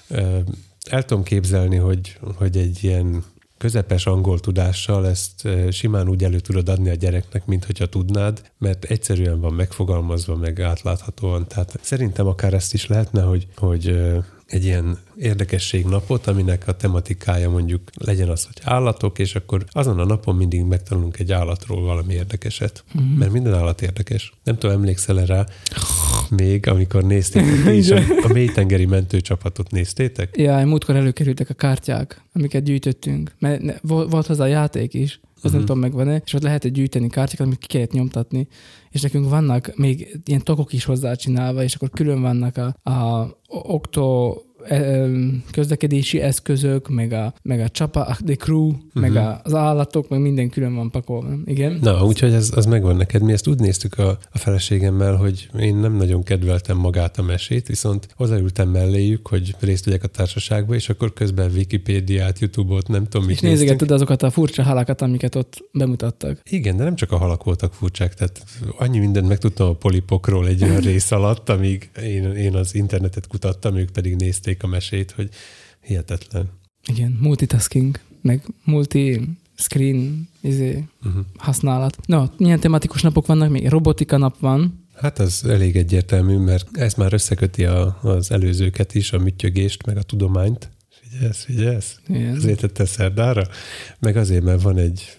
el tudom képzelni, hogy egy ilyen közepes angol tudással ezt simán úgy elő tudod adni a gyereknek, mint hogyha tudnád, mert egyszerűen van megfogalmazva, meg átláthatóan. Tehát szerintem akár ezt is lehetne, hogy egy ilyen érdekességnapot, aminek a tematikája mondjuk legyen az, hogy állatok, és akkor azon a napon mindig megtanulunk egy állatról valami érdekeset. Mert minden állat érdekes. Nem tudom, emlékszel rá még, amikor néztétek is a mélytengeri mentőcsapatot néztétek? Ja, múltkor előkerültek a kártyák, amiket gyűjtöttünk. Mert volt hozzá a játék is, az nem tudom, megvan-e, és ott lehetett gyűjteni kártyákat, amit ki kellett nyomtatni. És nekünk vannak még ilyen tokok is hozzácsinálva, és akkor külön vannak a közlekedési eszközök, meg a csapa, the crew, meg az állatok, meg minden külön van pakolva. Igen? Na, úgyhogy az megvan neked. Mi ezt úgy néztük a feleségemmel, hogy én nem nagyon kedveltem magát a mesét, viszont hozzáültem melléjük, hogy részt vegyek a társaságba, és akkor közben Wikipédiát, YouTube-ot, nem tudom, mit és nézegetted azokat a furcsa halakat, amiket ott bemutattak. Igen, de nem csak a halak voltak furcsák, tehát annyi mindent megtudtam a polipokról egy olyan rész alatt, amíg én az internetet kutattam, ők pedig nézték a mesét, hogy hihetetlen. Igen, multitasking, meg multi-screen használat. No, milyen tematikus napok vannak még? Robotika nap van. Hát az elég egyértelmű, mert ez már összeköti az előzőket is, a műtyögést, meg a tudományt. Figyelsz? Igen. Azért tette szerdára? Meg azért, mert van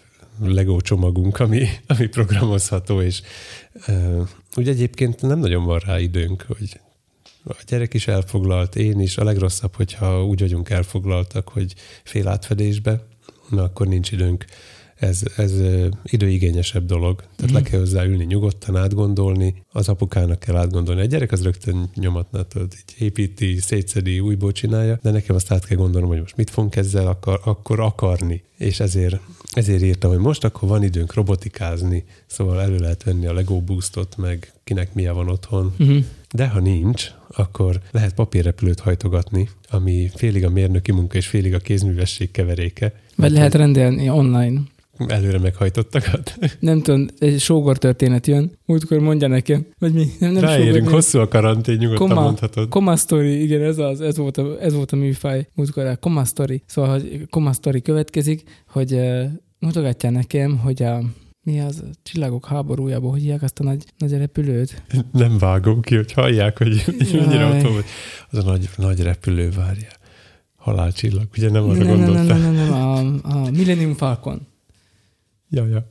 Lego csomagunk, ami programozható, és úgy egyébként nem nagyon van rá időnk, hogy a gyerek is elfoglalt, én is. A legrosszabb, hogyha úgy vagyunk elfoglaltak, hogy fél átfedésbe, akkor nincs időnk. Ez időigényesebb dolog. Tehát le kell hozzá ülni nyugodtan, átgondolni. Az apukának kell átgondolni. A gyerek az rögtön nyomatna, így építi, szétszedi, újból csinálja, de nekem azt át kell gondolnom, hogy most mit fogunk ezzel akkor akarni. És ezért írtam, hogy most akkor van időnk robotikázni, szóval elő lehet venni a Lego Boostot, meg kinek milyen van otthon. De ha nincs, akkor lehet papírrepülőt hajtogatni, ami félig a mérnöki munka és félig a kézművesség keveréke. Vagy lehet rendelni online. Előre meghajtottakat. Nem tudom, egy sógor történet jön, múltkor mondja nekem, vagy mi? Nem ráérünk, hosszú a karantén, nyugodtan mondhatod. Koma Story, igen, ez volt a műfaj múltkor, a Koma Story. Szóval, hogy Koma Story következik, hogy mutogatja nekem, hogy mi az Csillagok háborújából, hogy hívják azt a nagy repülőt? Nem vágom ki, hogy hallják, hogy mennyire ott van. Az a nagy repülő, várja. Halálcsillag, ugye nem arra gondoltál? Nem, a Millennium Falcon. Ja.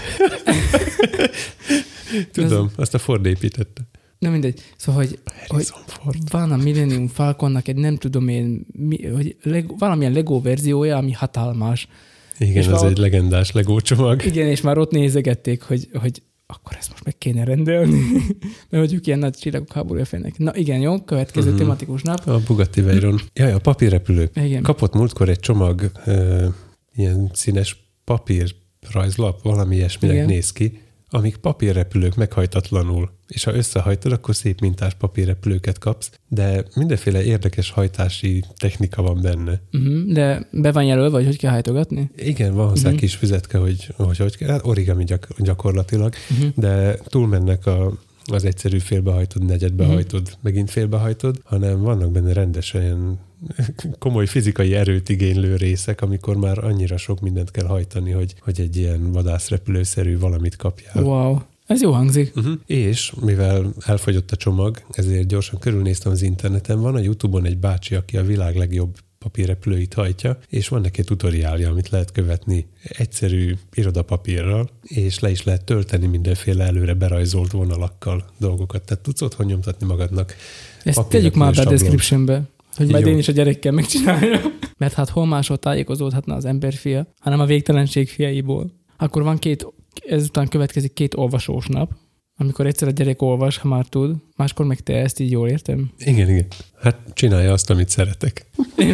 Tudom, azt a Ford építette. Nem mindegy. Szóval, hogy van a Millennium Falconnak egy nem tudom én, hogy valamilyen Lego verziója, ami hatalmas. Igen, és ez egy legendás Lego csomag. Igen, és már ott nézegették, hogy akkor ezt most meg kéne rendelni, mert vagyunk ilyen nagy Csillagok háborúja félnek. Na igen, jó, következő tematikus nap. A Bugatti Veyron. Jaj, a papírrepülő. Igen. Kapott múltkor egy csomag ilyen színes papírrajzlap, valami ilyesminek néz ki, amik papírrepülők meghajtatlanul. És ha összehajtod, akkor szép mintás papírrepülőket kapsz, de mindenféle érdekes hajtási technika van benne. De be van jelölve, hogy kell hajtogatni? Igen, van hozzá kis füzetke, hogy kell. Hát origami gyakorlatilag, de túlmennek az egyszerű félbehajtod, negyedbehajtod, megint félbehajtod, hanem vannak benne rendesen ilyen komoly fizikai erőt igénylő részek, amikor már annyira sok mindent kell hajtani, hogy egy ilyen vadászrepülőszerű valamit kapjál. Wow, ez jó hangzik. És mivel elfogyott a csomag, ezért gyorsan körülnéztem az interneten, van a YouTube-on egy bácsi, aki a világ legjobb papírrepülőit hajtja, és van neki tutoriálja, amit lehet követni egyszerű irodapapírral, és le is lehet tölteni mindenféle előre berajzolt vonalakkal dolgokat. Tehát tudsz otthon nyomtatni magadnak. Ezt tegyük már be a descriptionbe, hogy majd én is a gyerekkel megcsináljam. Mert hát hol máshol tájékozódhatna az emberfia, hanem a végtelenség fiaiból. Akkor van ezután következik 2 olvasós nap, amikor egyszer a gyerek olvas, ha már tud, máskor meg te, ezt így jól értem? Igen. Hát csinálja azt, amit szeretek.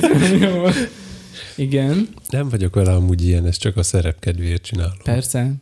Igen. Nem vagyok vele amúgy ilyen, ezt csak a szerep kedvéért csinálom. Persze.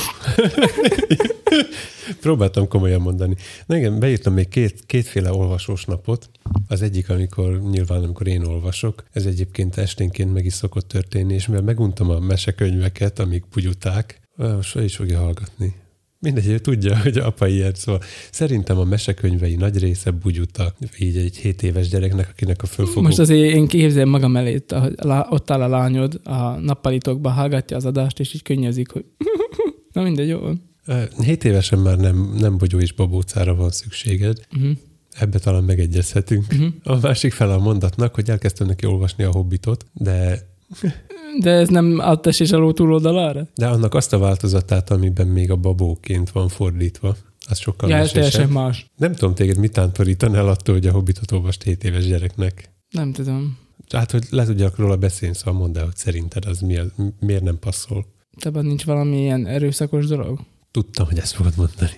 Próbáltam komolyan mondani. Na igen, beírtam még kétféle olvasós napot. Az egyik, amikor én olvasok. Ez egyébként esténként meg is szokott történni, és mivel meguntam a mesekönyveket, amik pugyuták, most is fogja hallgatni. Mindegy, ő tudja, hogy apa ilyen, szóval szerintem a mesekönyvei nagy része bugyuta, így egy 7 éves gyereknek, akinek a fölfogó... Most azért én képzelem magam elé, ott áll a lányod, a nappalitokban hallgatja az adást, és így könnyezik, hogy na mindegy, jó van. 7 évesen már nem bogyó és babócára van szükséged. Ebbe talán megegyezhetünk. A másik fele a mondatnak, hogy elkezdtem neki olvasni a Hobbitot, de ez nem áttesés alól túloldalára? De annak azt a változatát, amiben még a babóként van fordítva, az sokkal mesésebb. Teljesen más. Nem tudom téged mit tántorítani el attól, hogy a Hobbitot olvast 7 éves gyereknek. Nem tudom. Hát, hogy le tudjak róla beszélni, szóval mondd el, hogy szerinted az miért nem passzol. Tebben nincs valami ilyen erőszakos dolog? Tudtam, hogy ezt fogod mondani.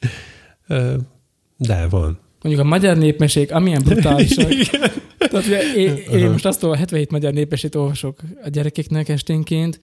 De van. Mondjuk a magyar népmesék, amilyen brutálisak. Tehát én most azt 77 magyar népmesét olvasok a gyerekeknek esténként.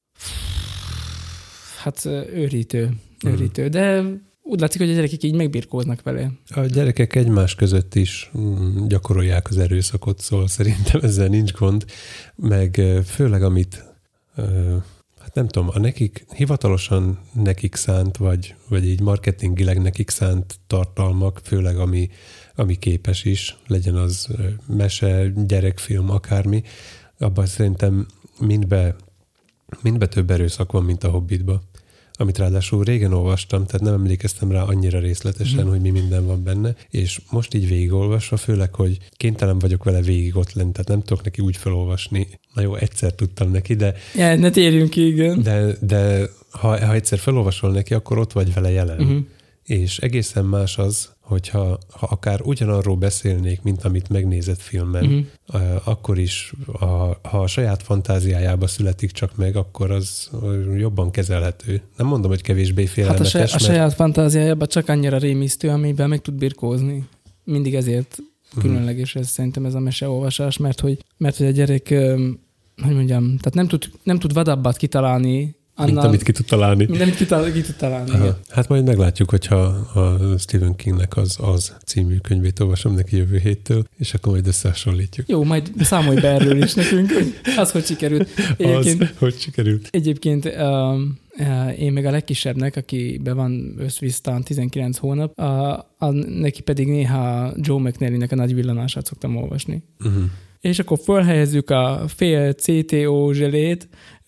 Hát őrítő. De úgy látszik, hogy a gyerekek így megbirkóznak vele. A gyerekek egymás között is gyakorolják az erőszakot, szóval szerintem ezzel nincs gond. Meg főleg amit, hát nem tudom, hivatalosan nekik szánt, vagy így marketingileg nekik szánt tartalmak, főleg ami képes is, legyen az mese, gyerekfilm, akármi, abban szerintem mindbe több erőszak van, mint a Hobbitba. Amit ráadásul régen olvastam, tehát nem emlékeztem rá annyira részletesen, hogy mi minden van benne, és most így végigolvasva, főleg, hogy kénytelen vagyok vele végig ott lenni, tehát nem tudok neki úgy felolvasni. Na jó, egyszer tudtam neki, de... Ja, ne térjünk ki, igen. De ha egyszer felolvasol neki, akkor ott vagy vele jelen. És egészen más az, hogyha akár ugyanarról beszélnék, mint amit megnézett filmben, akkor is, ha a saját fantáziájába születik csak meg, akkor az jobban kezelhető. Nem mondom, hogy kevésbé félelmetes. Hát a saját fantáziájában csak annyira rémisztő, amiben meg tud birkózni. Mindig ezért különleges ez szerintem ez a meseolvasás, mert hogy a gyerek, hogy mondjam, tehát nem tud vadabbat kitalálni, mint amit ki tud találni. Mint amit ki tud találni. Hát majd meglátjuk, hogyha a Stephen Kingnek az című könyvét olvasom neki jövő héttől, és akkor majd összehasonlítjuk. Jó, majd számolj be erről is nekünk, hogy az hogy sikerült. Hogy sikerült. Egyébként én meg a legkisebbnek, akiben van összvisztán 19 hónap, neki pedig néha Joe McNally-nek a Nagy villanását szoktam olvasni. És akkor felhelyezzük a fél CTO zselét.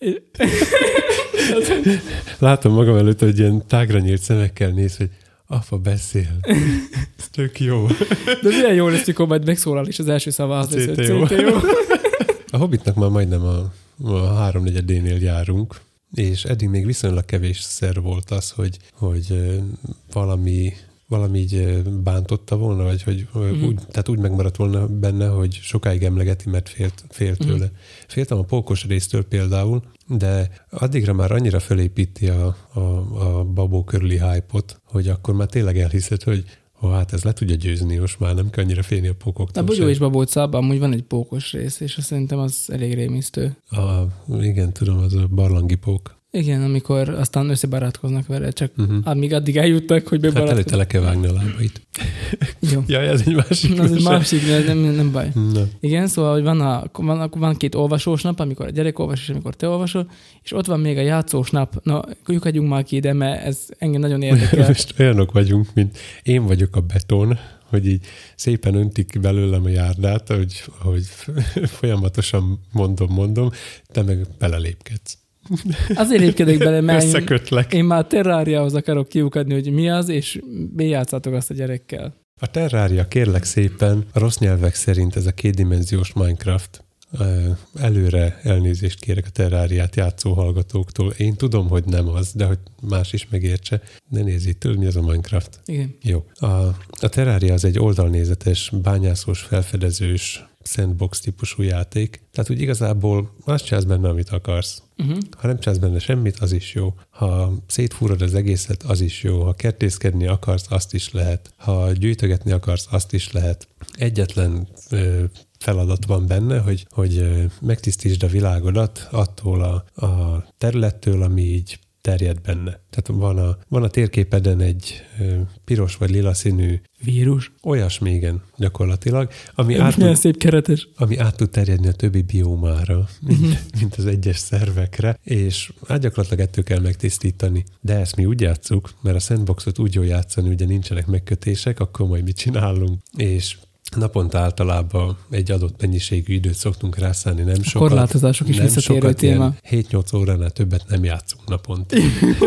Látom magam előtt, hogy ilyen tágra nyílt szemekkel néz, hogy apa beszél. Ez tök jó. De milyen jó lesz, mikor majd megszólal, és az első szava az lesz, hogy CTO. A Hobbitnak már majdnem a 3/4-nél járunk, és eddig még viszonylag kevésszer volt az, hogy valami így bántotta volna, vagy hogy úgy megmaradt volna benne, hogy sokáig emlegeti, mert félt tőle. Féltem a pókos résztől például, de addigra már annyira felépíti a babó körüli hype-ot, hogy akkor már tényleg elhiszed, hogy hát ez le tudja győzni, most már nem kell annyira félni a pókoktól. A Bogyó és Babócában amúgy van egy pókos rész, és szerintem az elég rémisztő. Igen, tudom, az a barlangi pók. Igen, amikor aztán összebarátkoznak vele, csak amíg addig eljutnak, hogy bebarátkoznak. Hát előtte le kell vágni a lábait. Jó. Jaj, ez egy másik. Az egy másik, nem baj. Na. Igen, szóval hogy van két olvasós nap, amikor a gyerek olvas, és amikor te olvasol, és ott van még a játszós nap. Na, lyukadjunk már ki ide, mert ez engem nagyon érdekel. Most olyanok vagyunk, mint én vagyok a beton, hogy így szépen öntik belőlem a járdát, hogy folyamatosan mondom, te meg belelépkedsz. Azért lépkedek bele, mert összekötlek. Én már Terráriához akarok kiukadni, hogy mi az, és játszátok azt a gyerekkel. A Terrária, kérlek szépen, a rossz nyelvek szerint ez a kétdimenziós Minecraft. Előre elnézést kérek a Terráriát játszó hallgatóktól. Én tudom, hogy nem az, de hogy más is megértse. Ne nézz itt, mi az a Minecraft? Igen. Jó. A Terrária az egy oldalnézetes, bányászós, felfedezős, sandbox típusú játék. Tehát úgy igazából azt csinálsz benne, amit akarsz. Ha nem csinálsz benne semmit, az is jó. Ha szétfúrod az egészet, az is jó. Ha kertészkedni akarsz, azt is lehet. Ha gyűjtögetni akarsz, azt is lehet. Egyetlen feladat van benne, hogy megtisztítsd a világodat attól a területtől, ami így terjed benne. Tehát van a térképeden egy piros vagy lila színű vírus. Olyasmi, igen, gyakorlatilag. Ami szép keretes. Ami át tud terjedni a többi biómára, mint az egyes szervekre, és gyakorlatilag ettől kell megtisztítani. De ezt mi úgy játsszuk, mert a sandboxot úgy jól játszani, ugye nincsenek megkötések, akkor majd mit csinálunk, és naponta általában egy adott mennyiségű időt szoktunk rászállni, nem sokat. Korlátozások is visszatérő téma. 7-8 óránál többet nem játszunk naponta.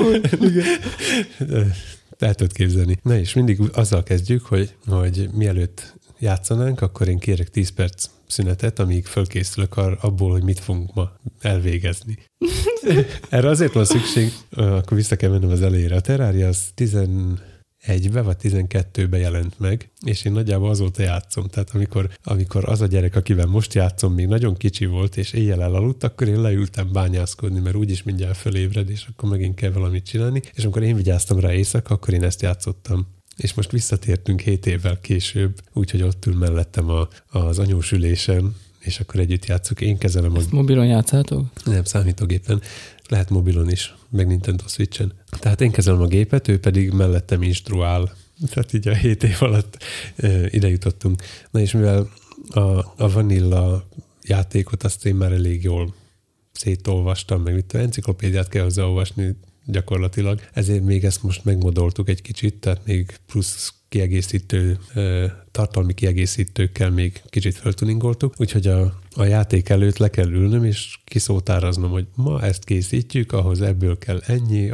El tudod képzelni. Na és mindig azzal kezdjük, hogy mielőtt játszanánk, akkor én kérek 10 perc szünetet, amíg fölkészülök abból, hogy mit fogunk ma elvégezni. Erre azért van szükség, akkor vissza kell mennem az elejére. A Terraria az 11-be vagy 12-be jelent meg, és én nagyjából azóta játszom. Tehát amikor az a gyerek, akivel most játszom, még nagyon kicsi volt, és éjjel elaludt, akkor én leültem bányászkodni, mert úgyis mindjárt fölébred, és akkor megint kell valamit csinálni. És amikor én vigyáztam rá éjszaka, akkor én ezt játszottam. És most visszatértünk 7 évvel később, úgyhogy ott ül mellettem az anyós ülésen, és akkor együtt játszuk. Én kezelem Ezt mobilon játszátok? Nem, számítógépen. Lehet mobilon is, meg Nintendo Switchen. Tehát én kezelem a gépet, ő pedig mellettem instruál. Tehát így a 7 év alatt ide jutottunk. Na és mivel a Vanilla játékot azt én már elég jól szétolvastam, meg itt enciklopédiát kell hozzáolvasni gyakorlatilag. Ezért még ezt most megmodoltuk egy kicsit, tehát még plusz tartalmi kiegészítőkkel még kicsit föltuningoltuk, úgyhogy a játék előtt le kell ülnöm, és kiszótáraznom, hogy ma ezt készítjük, ahhoz ebből kell ennyi, abból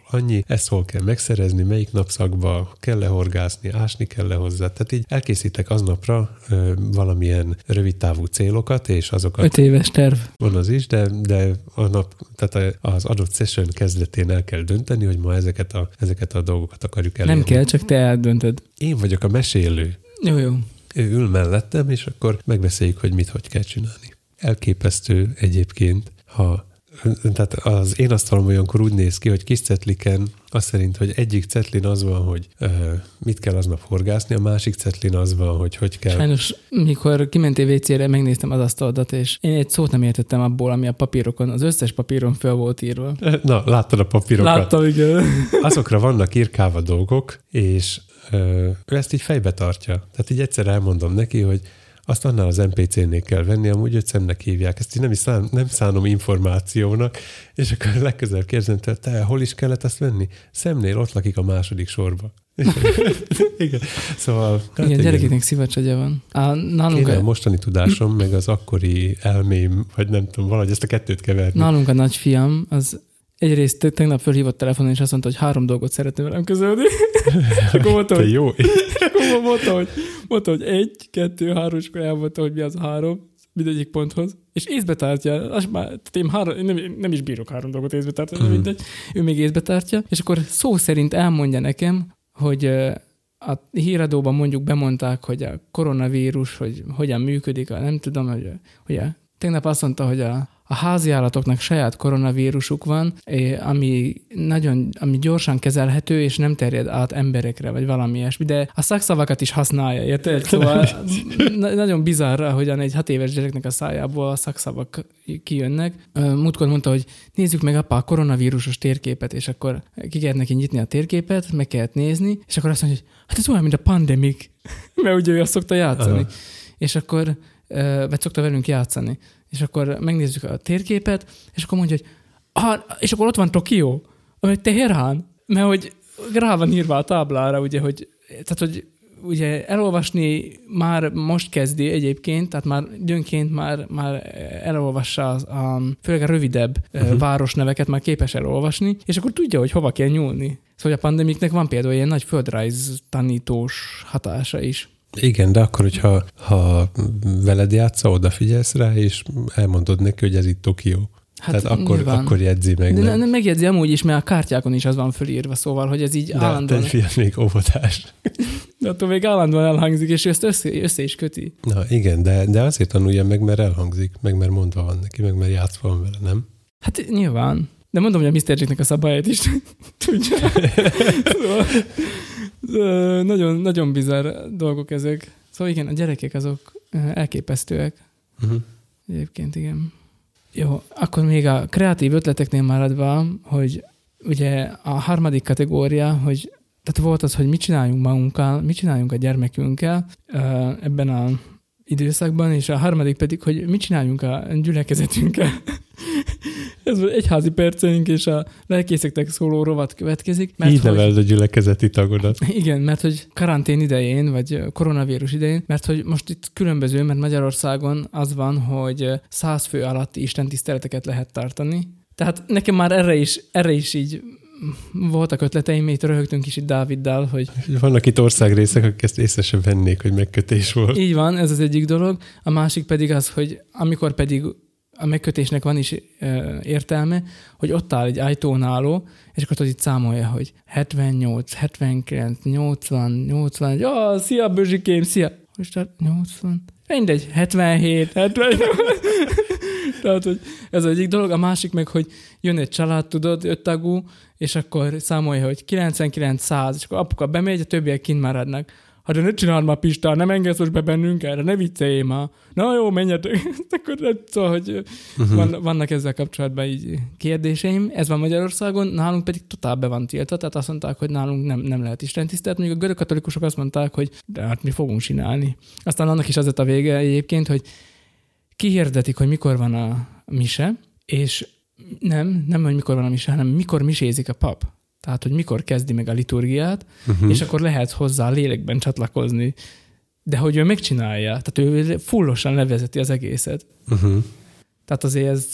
annyi, ezt hol kell megszerezni, melyik napszakba kell horgászni, ásni kell hozzá. Tehát így elkészítek aznapra valamilyen rövidtávú célokat, és azokat... 5 éves terv. Van az is, de tehát az adott session kezdetén el kell dönteni, hogy ma ezeket a dolgokat akarjuk elérni. Nem kell, csak te eldöntöd. Én vagyok a mesélő. Jó. Ő ül mellettem, és akkor megbeszéljük, hogy mit, hogy kell csinálni. Elképesztő egyébként, tehát az én asztalom olyankor úgy néz ki, hogy kis cetliken az szerint, hogy egyik cetlin az van, hogy mit kell aznap horgászni, a másik cetlin az van, hogy kell... Sajnos, mikor kimentél WC-re, megnéztem az asztalodat, és én egy szót nem értettem abból, ami a papírokon, az összes papíron föl volt írva. Na, láttad a papírokat? Láttam, igen. Azokra vannak írkálva dolgok, és ő ezt így fejbe tartja. Tehát így egyszer elmondom neki, hogy azt annál az NPC-nél kell venni, amúgy 5 szemnek hívják. Ezt így nem szánom információnak, és akkor legközelebb kérdezem, te hol is kellett azt venni? Szemnél, ott lakik a második sorba. Igen. Szóval... Igen, gyerekeknek szívacságya van. Kéne a mostani tudásom, meg az akkori elmém, vagy nem tudom, valahogy ezt a kettőt keverni. Nálunk a nagyfiam, az egyrészt tegnap fölhívott telefonon, és azt mondta, hogy 3 dolgot szeretne velem közölni. Akkor mondta, hogy... jó. Mondta, hogy 1, 2, 3, és akkor elmondta, hogy mi az a 3, mindegyik ponthoz. És észbe tartja. Én nem is bírok 3 dolgot észbe tartani, mindegy. Ő még észbe tartja. És akkor szó szerint elmondja nekem, hogy a híradóban mondjuk bemondták, hogy a koronavírus, hogy hogyan működik, nem tudom, hogy tegnap azt mondta, hogy a háziállatoknak saját koronavírusuk van, ami gyorsan kezelhető, és nem terjed át emberekre, vagy valami ilyesmi, de a szakszavakat is használja, érted? Szóval nagyon bizarr, ahogyan egy 6 éves gyereknek a szájából a szakszavak kijönnek. Múltkor mondta, hogy nézzük meg apa a koronavírusos térképet, és akkor ki kellett neki nyitni a térképet, meg kellett nézni, és akkor azt mondja, hogy hát ez olyan, mint a pandemik, mert ugye ő azt szokta játszani. És akkor, vagy szokta velünk játszani. És akkor megnézzük a térképet, és akkor mondja, hogy és akkor ott van Tokió, vagy Teherán, mert hogy rá van írva a táblára, ugye, hogy ugye elolvasni már most kezdi egyébként, tehát már időnként már elolvassa főleg a rövidebb városneveket, már képes elolvasni, és akkor tudja, hogy hova kell nyúlni. Szóval a pandemiknek van például ilyen nagy földrajz tanítós hatása is. Igen, de akkor, hogyha veled játsza, odafigyelsz rá, és elmondod neki, hogy ez itt Tokió. Hát tehát akkor jegyzi meg. De nem megjegyzi amúgy is, mert a kártyákon is az van fölírva, szóval, hogy ez így állandóan... De figyelj, még óvodás. De attól még állandóan elhangzik, és ezt össze is köti. Na igen, de azért tanulja meg, mert elhangzik, meg mert mondva van neki, meg mert játszva van vele, nem? Hát nyilván. De mondom, hogy a Mr. Jacknek a szabályát is tudja. Szóval, nagyon, nagyon bizarr dolgok ezek. Szóval igen, a gyerekek azok elképesztőek. Egyébként igen. Jó, akkor még a kreatív ötleteknél maradva, hogy ugye a 3. kategória, hogy tehát volt az, hogy mit csináljunk magunkkal, mit csináljunk a gyermekünkkel ebben az időszakban, és a 3. pedig, hogy mit csináljunk a gyülekezetünkkel. Ez volt egyházi perceink, és a lelkészeknek szóló rovat következik. Így neveld a gyülekezeti tagodat. Igen, mert hogy karantén idején, vagy koronavírus idején, mert hogy most itt különböző, mert Magyarországon az van, hogy 100 fő alatti istentiszteleteket lehet tartani. Tehát nekem már erre is így voltak ötleteim, itt röhögtünk is itt Dáviddal, hogy... Vannak itt országrészek, akik ezt észre sem vennék, hogy megkötés volt. Így van, ez az egyik dolog. A másik pedig az, hogy amikor pedig a megkötésnek van is értelme, hogy ott áll egy ajtónáló, és akkor itt számolja, hogy 78, 79, 80, 81, szia Bözsikém, szia! Most 80, mindegy, 77, 78. Tehát, hogy ez az egyik dolog. A másik meg, hogy jön egy család, tudod, 5 tagú, és akkor számolja, hogy 99, 100, és akkor apuka bemegy, a többiek kint maradnak. Hát de ne csináld már, Pistán, nem engedsz most be bennünk erre, ne vicceljél már. Na jó, menjetek. Akkor szóval, hogy vannak ezzel kapcsolatban így kérdéseim. Ez van Magyarországon, nálunk pedig totál be van tiltva, tehát azt mondták, hogy nálunk nem lehet istentisztelt. Mondjuk a görög katolikusok azt mondták, hogy de hát mi fogunk csinálni. Aztán annak is az lett a vége egyébként, hogy kihirdetik, hogy mikor van a mise, és nem, hogy mikor van a mise, hanem mikor misézik a pap. Tehát, hogy mikor kezdi meg a liturgiát, és akkor lehet hozzá lélekben csatlakozni. De hogy ő megcsinálja, tehát ő fullosan levezeti az egészet. Tehát azért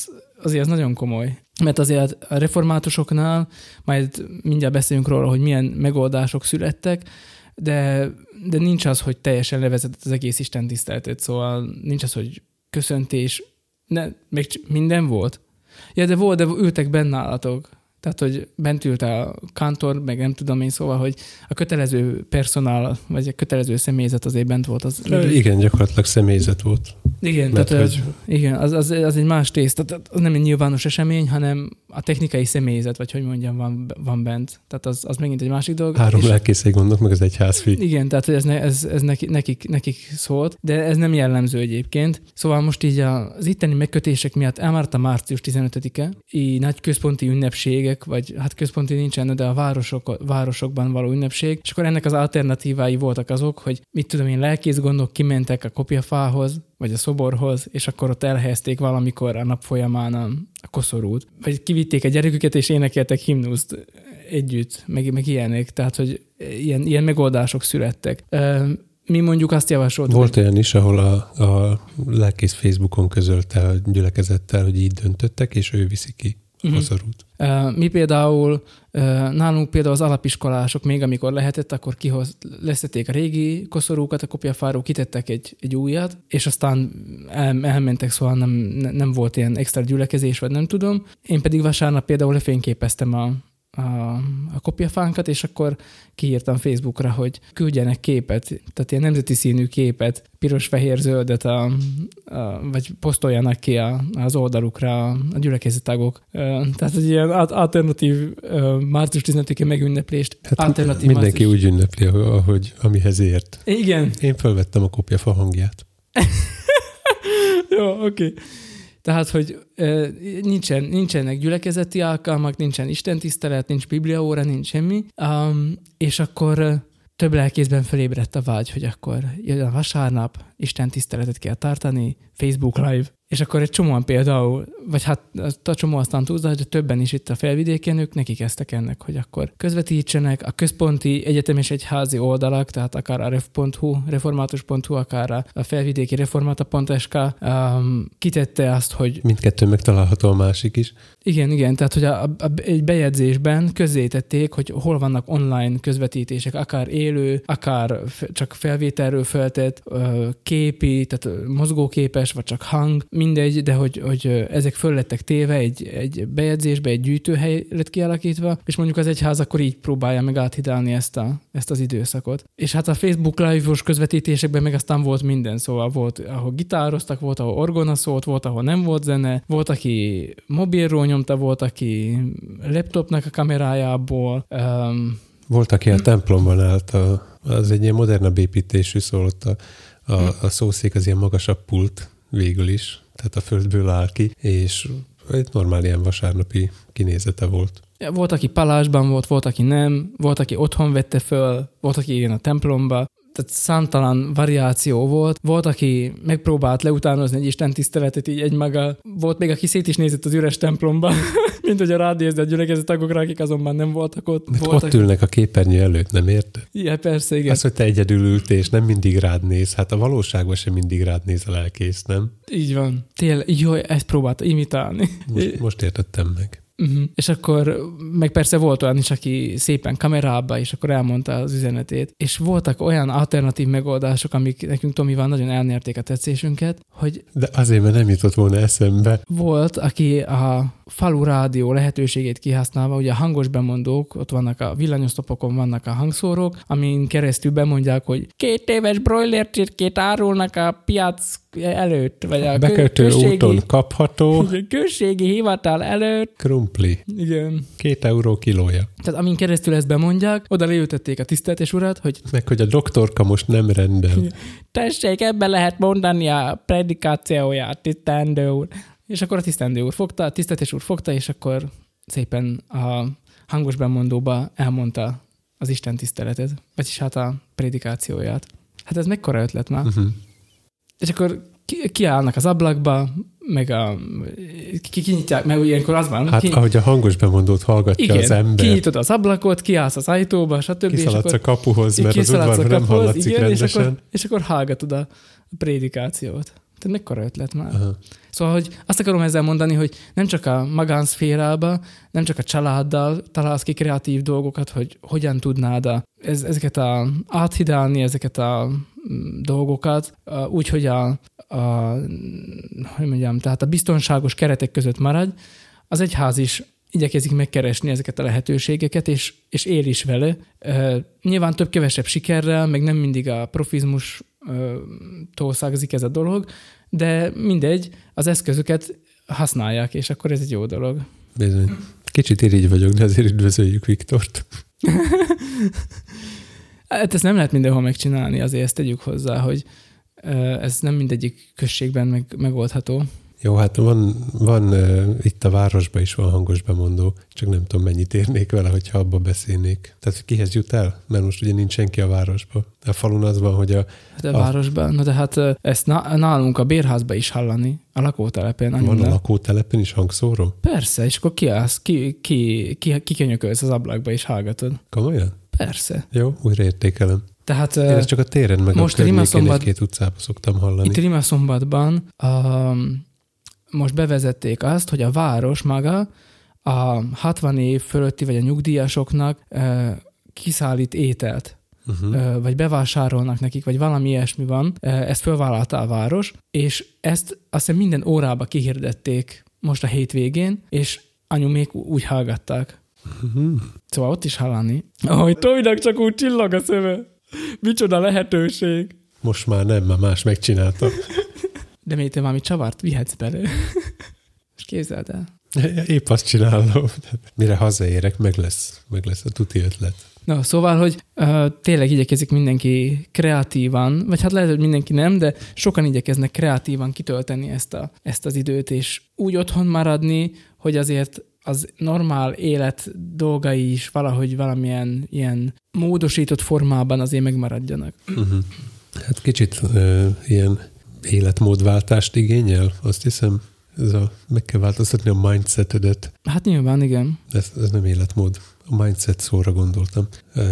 azért az nagyon komoly. Mert azért a reformátusoknál, majd mindjárt beszélünk róla, hogy milyen megoldások születtek, de nincs az, hogy teljesen levezetett az egész Isten tiszteletet, szóval nincs az, hogy köszöntés, még minden volt. Ja, de volt, de ültek bennálatok. Tehát, hogy bent ült a kantor, meg nem tudom én, szóval, hogy a kötelező personál, vagy a kötelező személyzet azért bent volt. Igen, gyakorlatilag személyzet volt. Igen, mert tehát igen, az egy más tészta. Tehát az nem egy nyilvános esemény, hanem a technikai személyzet, vagy hogy mondjam, van bent. Tehát az megint egy másik dolog. 3 lelkészei gondok, meg az egyházfő. Igen, tehát hogy ez nekik szólt, de ez nem jellemző egyébként. Szóval most így az itteni megkötések miatt elmaradt a március 15-e, így nagy központi ünnepségek, vagy hát központi nincsen, de a városokban való ünnepség, és akkor ennek az alternatívái voltak azok, hogy mit tudom én, lelkész gondok kimentek a kopjafához, vagy a szoborhoz, és akkor ott elhelyezték valamikor a nap folyamán a koszorút. Vagy kivitték a gyereküket, és énekeltek himnuszt együtt, meg ilyenek. Tehát, hogy ilyen megoldások születtek. Mi mondjuk azt javasolt. Volt olyan is, ahol a lelkész Facebookon közölte a gyülekezettel, hogy így döntöttek, és ő viszi ki a koszorút. Mi például, nálunk például az alapiskolások még amikor lehetett, akkor leszették a régi koszorúkat, a kopjafáról kitettek egy újat, és aztán elmentek, szóval nem volt ilyen extra gyülekezés, vagy nem tudom. Én pedig vasárnap például lefényképeztem a kopjafánkat, és akkor kiírtam Facebookra, hogy küldjenek képet, tehát ilyen nemzeti színű képet, piros-fehér-zöldet, vagy posztoljanak ki az oldalukra a gyülekezettagok. Tehát egy ilyen alternatív március 15-e megünneplést. Hát mindenki úgy ünnepli, amihez ért. Igen. Én felvettem a kopjafa hangját. Jó, oké. Tehát, hogy nincsenek gyülekezeti alkalmak, nincsen istentisztelet, nincs bibliaóra, nincs semmi, és akkor több lelkészben felébredt a vágy, hogy akkor jön a vasárnap, istentiszteletet kell tartani, Facebook Live, és akkor egy csomóan például, vagy hát a csomó aztán túlzza, hogy többen is itt a felvidéken, ők neki kezdtek ennek, hogy akkor közvetítsenek a központi egyetem és egyházi oldalak, tehát akár a ref.hu, református.hu, akár a felvidéki reformata.sk kitette azt, hogy... Mindkettő megtalálható a másik is. Igen, tehát hogy egy bejegyzésben közzétették, hogy hol vannak online közvetítések, akár élő, akár csak felvételről feltett, képi, tehát mozgóképes, vagy csak hang, mindegy, de hogy ezek föl lettek téve egy bejegyzésbe, egy gyűjtőhely lett kialakítva, és mondjuk az egyház akkor így próbálja meg áthidalni ezt az időszakot. És hát a Facebook Live-os közvetítésekben meg aztán volt minden, szóval volt, ahol gitároztak, volt, ahol orgona szólt, volt, ahol nem volt zene, volt, aki mobilról nyomta, volt, aki laptopnak a kamerájából. Volt, aki a templomban állt, az egy ilyen modernabb építésű, szóval ott a szószék az ilyen magasabb pult végül is, tehát a földből áll ki, és egy normál ilyen vasárnapi kinézete volt. Volt, aki palásban volt, aki nem, volt, aki otthon vette föl, volt, aki igen a templomba, tehát számtalan variáció volt. Volt, aki megpróbált leutánozni egy istentiszteletet így egymaga. Volt még, aki szét is nézett az üres templomba, mint hogy a rádiózde a gyülekezet tagokra, akik azonban nem voltak ott. Ott ülnek a képernyő előtt, nem érted? Igen, persze, igen. Az, hogy te egyedül ültél, és nem mindig rád néz, hát a valóságban sem mindig rád néz a lelkész, nem? Így van. Tényleg, jó, ezt próbálta imitálni. Most értettem meg. És akkor meg persze volt olyan is, aki szépen kamerába, és akkor elmondta az üzenetét. És voltak olyan alternatív megoldások, amik nekünk Tomival nagyon elnyerték a tetszésünket, hogy... De azért, mert nem jutott volna eszembe. Volt, aki a falu rádió lehetőségét kihasználva, ugye a hangos bemondók, ott vannak a villanyosztopokon vannak a hangszórók, amin keresztül bemondják, hogy 2 éves broiler csirkét árulnak a piac előtt, vagy a bekötő úton kapható. Községi hivatal előtt. Krumpli. Igen. 2 euró kilója. Tehát amin keresztül ezt bemondják, oda leültették a tiszteltés urat, hogy... Meg, hogy a doktorka most nem rendel. Tessék, ebben lehet mondani a predikációját, tisztendő úr. És akkor a tisztendő úr fogta, a tiszteltés úr fogta, és akkor szépen a hangos bemondóba elmondta az Isten tiszteletet, vagyis hát a predikációját. Hát ez mekkora ötlet már. És akkor kiállnak az ablakba, meg kinyitják, mert ilyenkor az van. Hát ahogy a hangos bemondót hallgatja igen, az ember. kinyitod az ablakot, kiállsz az ajtóba, stb. Kiszaladsz a kapuhoz, mert az udvarban nem hallatszik rendesen. És akkor hallgatod a prédikációt. Tehát mekkora ötlet már. Aha. Szóval, hogy azt akarom ezzel mondani, hogy nem csak a magánszférába, nem csak a családdal találsz ki kreatív dolgokat, hogy hogyan tudnád ezeket áthidalni, ezeket a dolgokat, úgy, hogy hogy mondjam, tehát a biztonságos keretek között maradj. Az egyház is igyekezik megkeresni ezeket a lehetőségeket, és él is vele. Nyilván több-kevesebb sikerrel, meg nem mindig a profizmustól származik ez a dolog, de mindegy, az eszközöket használják, és akkor ez egy jó dolog. Bizony. Kicsit irigy vagyok, de azért üdvözöljük Viktort. Hát ezt nem lehet mindenhol megcsinálni, azért ezt tegyük hozzá, hogy ez nem mindegyik községben megoldható. Jó, hát van itt a városban is van hangos bemondó, csak nem tudom, mennyit érnék vele, hogyha abba beszélnék. Tehát kihez jut el? Mert most ugye nincs senki a városban. A falun az van, hogy a városban. Na de hát ezt nálunk a bérházban is hallani, a lakótelepen. Van a lakótelepen is hangszóró? Persze, és akkor kikönyökölsz az ablakba és hallgatod. Komolyan? Persze. Jó, újra értékelem. Tehát, én ezt csak a téren meg most a környékén egy-két utcában szoktam hallani. Itt Rimaszombatban most bevezették azt, hogy a város maga a 60 év fölötti vagy a nyugdíjasoknak kiszállít ételt, vagy bevásárolnak nekik, vagy valami ilyesmi van. Ezt fölvállalta a város, és ezt azt hiszem minden órába kihirdették most a hétvégén, és anyumék úgy hallgatták. Szóval ott is hallani. Ahogy Tominak csak úgy csillog a szöve. Micsoda lehetőség. Most már nem, már más megcsinálta. De még te valami csavart vihetsz bele. És képzeld el. Épp azt csinálom. Mire hazaérek, meg lesz a tuti ötlet. Na, szóval, hogy tényleg igyekezik mindenki kreatívan, vagy hát lehet, hogy mindenki nem, de sokan igyekeznek kreatívan kitölteni ezt az időt, és úgy otthon maradni, hogy azért az normál élet dolgai is valahogy valamilyen ilyen módosított formában azért megmaradjanak. Hát kicsit ilyen életmódváltást igényel, azt hiszem. Meg kell változtatni a mindsetedet. Hát nyilván, igen. Ez nem életmód. A mindset szóra gondoltam.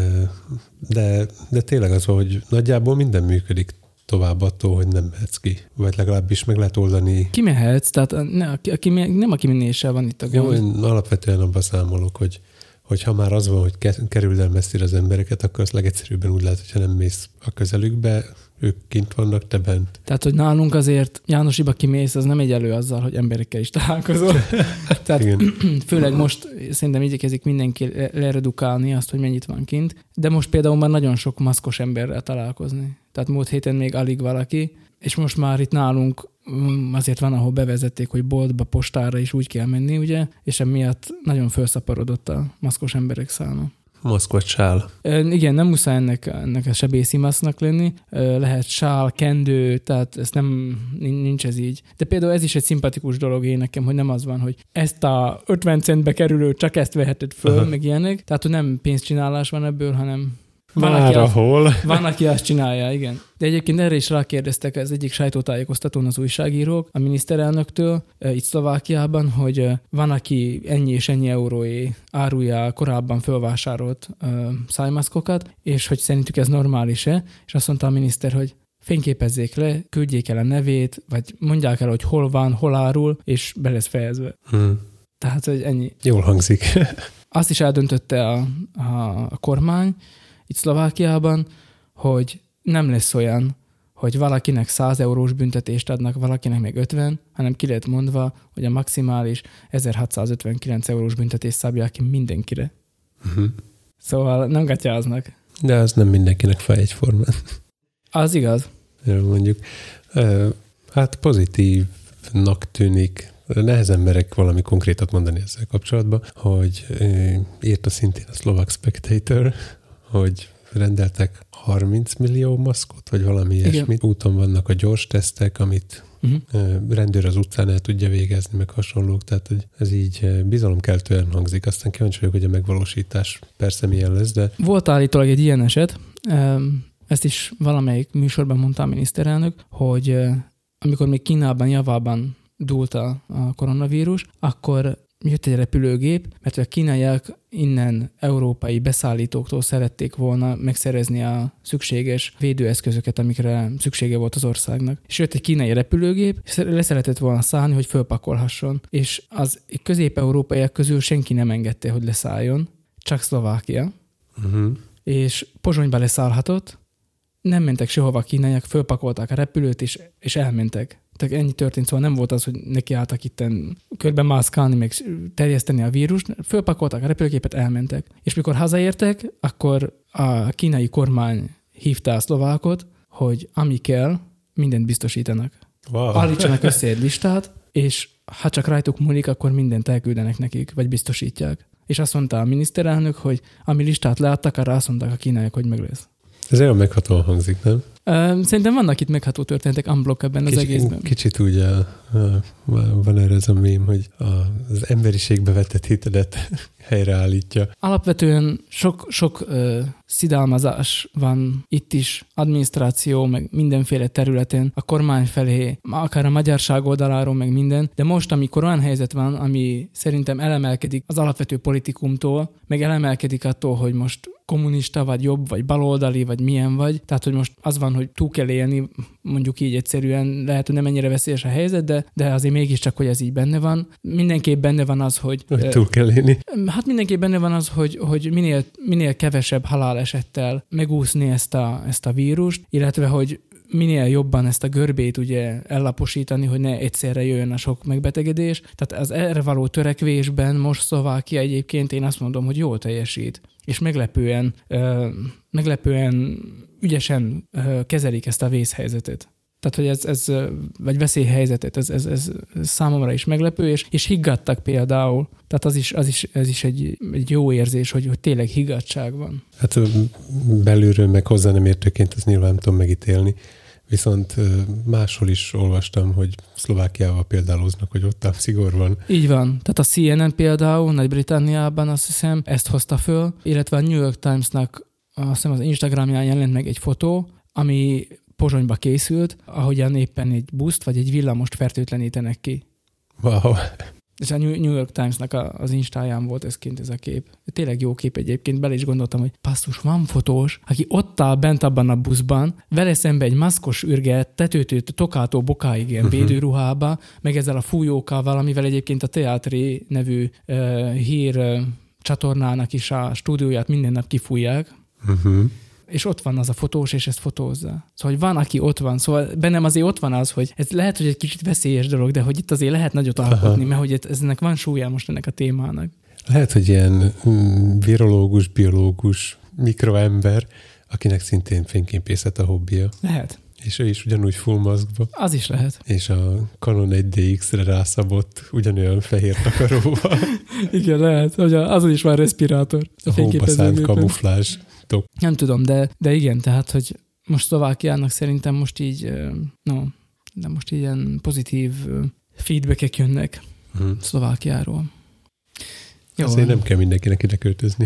De tényleg az van, hogy nagyjából minden működik tovább attól, hogy nem mehetsz ki. Vagy legalábbis meg lehet oldani. Kimehetsz, tehát nem a kimenéssel van itt a gond. Jó, én alapvetően abban számolok, hogy ha már az van, hogy kerüld el messzire az embereket, akkor az legegyszerűbben úgy lehet, hogyha nem mész a közelükbe, ők kint vannak, te bent. Tehát, hogy nálunk azért Jánosiba kimész, az nem egyelő azzal, hogy emberekkel is találkozol. Tehát főleg most szerintem igyekezik mindenki leredukálni azt, hogy mennyit van kint. De most például már nagyon sok maszkos emberrel találkozni. Tehát múlt héten még alig valaki, és most már itt nálunk azért van, ahol bevezették, hogy boltba, postára is úgy kell menni, ugye? És emiatt nagyon felszaporodott a maszkos emberek száma. Maszk vagy sál. Igen, nem muszáj ennek a sebészi maszknak lenni. Lehet sál, kendő, tehát ez nincs ez így. De például ez is egy szimpatikus dolog én nekem, hogy nem az van, hogy ezt a 50 centbe kerülő, csak ezt veheted föl, meg ilyenek. Tehát, hogy nem pénzcsinálás van ebből, hanem van, aki azt csinálja, igen. De egyébként erre is rákérdeztek az egyik sajtótájékoztatón az újságírók a miniszterelnöktől itt Szlovákiában, hogy van, aki ennyi és ennyi euróé árulja korábban fölvásárolt szájmaszkokat, és hogy szerintük ez normális-e, és azt mondta a miniszter, hogy fényképezzék le, küldjék el a nevét, vagy mondják el, hogy hol van, hol árul, és be lesz fejezve. Tehát, hogy ennyi. Jól hangzik. Azt is eldöntötte a kormány, itt Szlovákiában, hogy nem lesz olyan, hogy valakinek 100 eurós büntetést adnak, valakinek meg 50, hanem ki lett mondva, hogy a maximális 1659 eurós büntetést szabják ki mindenkire. Szóval nem gatyáznak. De az nem mindenkinek fáj egyformán. Az igaz. Mondjuk, hát pozitívnak tűnik. Nehezen merek valami konkrétat mondani ezzel kapcsolatban, hogy írta szintén a Slovak Spectator, hogy rendeltek 30 millió maszkot, vagy valami ilyesmit. Úton vannak a gyors tesztek, amit rendőr az utcán el tudja végezni, meg hasonlók. Tehát hogy ez így bizalomkeltően hangzik. Aztán kíváncsi vagyok, hogy a megvalósítás persze milyen lesz, de... Volt állítólag egy ilyen eset, ezt is valamelyik műsorban mondta a miniszterelnök, hogy amikor még Kínában, Javában dúlt a koronavírus, akkor jött egy repülőgép, mert a kínaiak innen európai beszállítóktól szerették volna megszerezni a szükséges védőeszközöket, amikre szüksége volt az országnak. És jött egy kínai repülőgép, és leszeretett volna szállni, hogy fölpakolhasson. És az közép-európaiak közül senki nem engedte, hogy leszálljon, csak Szlovákia. És Pozsonyba leszállhatott, nem mentek sehova a kínaiak, fölpakolták a repülőt, és elmentek. Tehát ennyi történt, szóval nem volt az, hogy nekiálltak itten körben mászkálni, meg terjeszteni a vírust, fölpakolták a repülőgépet, elmentek. És mikor hazaértek, akkor a kínai kormány hívta a szlovákot, hogy ami kell, mindent biztosítanak. Wow. Állítsanak össze egy listát, és ha csak rajtuk múlik, akkor mindent elküldenek nekik, vagy biztosítják. És azt mondta a miniszterelnök, hogy ami listát leadtak, arra azt mondták a kínaiak, hogy meg lesz. Ez olyan meghatóan hangzik, nem? Szerintem vannak itt megható történetek unblock ebben az egészben. Kicsit úgy van erre ez a mém, hogy az emberiségbe vetett hitedet helyreállítja. Alapvetően sok szidalmazás van itt is, adminisztráció, meg mindenféle területen, a kormány felé, akár a magyarság oldaláról, meg minden, de most, amikor olyan helyzet van, ami szerintem elemelkedik az alapvető politikumtól, meg elemelkedik attól, hogy most kommunista, vagy jobb, vagy baloldali, vagy milyen vagy. Tehát, hogy most az van, hogy túl kell élni, mondjuk így egyszerűen, lehet, hogy nem ennyire veszélyes a helyzet, de azért mégiscsak, hogy ez így benne van. Mindenképp benne van az, hogy túl kell élni. Hát mindenképp benne van az, hogy minél kevesebb halálesettel megúszni ezt a vírust, illetve, hogy minél jobban ezt a görbét ugye ellaposítani, hogy ne egyszerre jöjjön a sok megbetegedés. Tehát az erre való törekvésben most Szlovákia egyébként én azt mondom, hogy jól teljesít. És meglepően ügyesen kezelik ezt a vészhelyzetet. Tehát, hogy ez vagy veszélyhelyzetet, ez számomra is meglepő, és higgadtak például. Tehát ez is egy jó érzés, hogy tényleg higgadtság van. Hát belülről meg hozzá nem értőként ezt nyilván nem tudom megítélni. Viszont máshol is olvastam, hogy Szlovákiával példáloznak, hogy ott a szigor van. Így van. Tehát a CNN például Nagy-Britanniában azt hiszem ezt hozta föl, illetve a New York Times-nak azt hiszem az Instagramján jelent meg egy fotó, ami Pozsonyba készült, ahogyan éppen egy buszt vagy egy villamost fertőtlenítenek ki. Wow. És a New York Times-nak az Instáján volt ez a kép. Tényleg jó kép egyébként, bele is gondoltam, hogy basszus, van fotós, aki ott áll bent abban a buszban, vele szembe egy maszkos ürge, tetőtől tokától bokáig ilyen védőruhába, meg ezzel a fújókával, amivel egyébként a Teatri nevű hír csatornának is a stúdióját minden nap kifújják. És ott van az a fotós, és ezt fotózza. Szóval, hogy van, aki ott van. Szóval bennem azért ott van az, hogy ez lehet, hogy egy kicsit veszélyes dolog, de hogy itt azért lehet nagyot alkotni, mert hogy ennek van súlya most ennek a témának. Lehet, hogy ilyen virológus, biológus, mikroember, akinek szintén fényképészet a hobbija. Lehet. És ő is ugyanúgy full maszkba. Az is lehet. És a Canon 1DX-re rászabott ugyanolyan fehér takaróval. Igen, lehet, hogy azon is van respirátor. A hóba szánt kamuflázs. Nem tudom, de igen, tehát, hogy most Szlovákiának szerintem most így, de most ilyen pozitív feedbackek jönnek Szlovákiáról. Jó. Azért nem kell mindenkinek ide költöznie.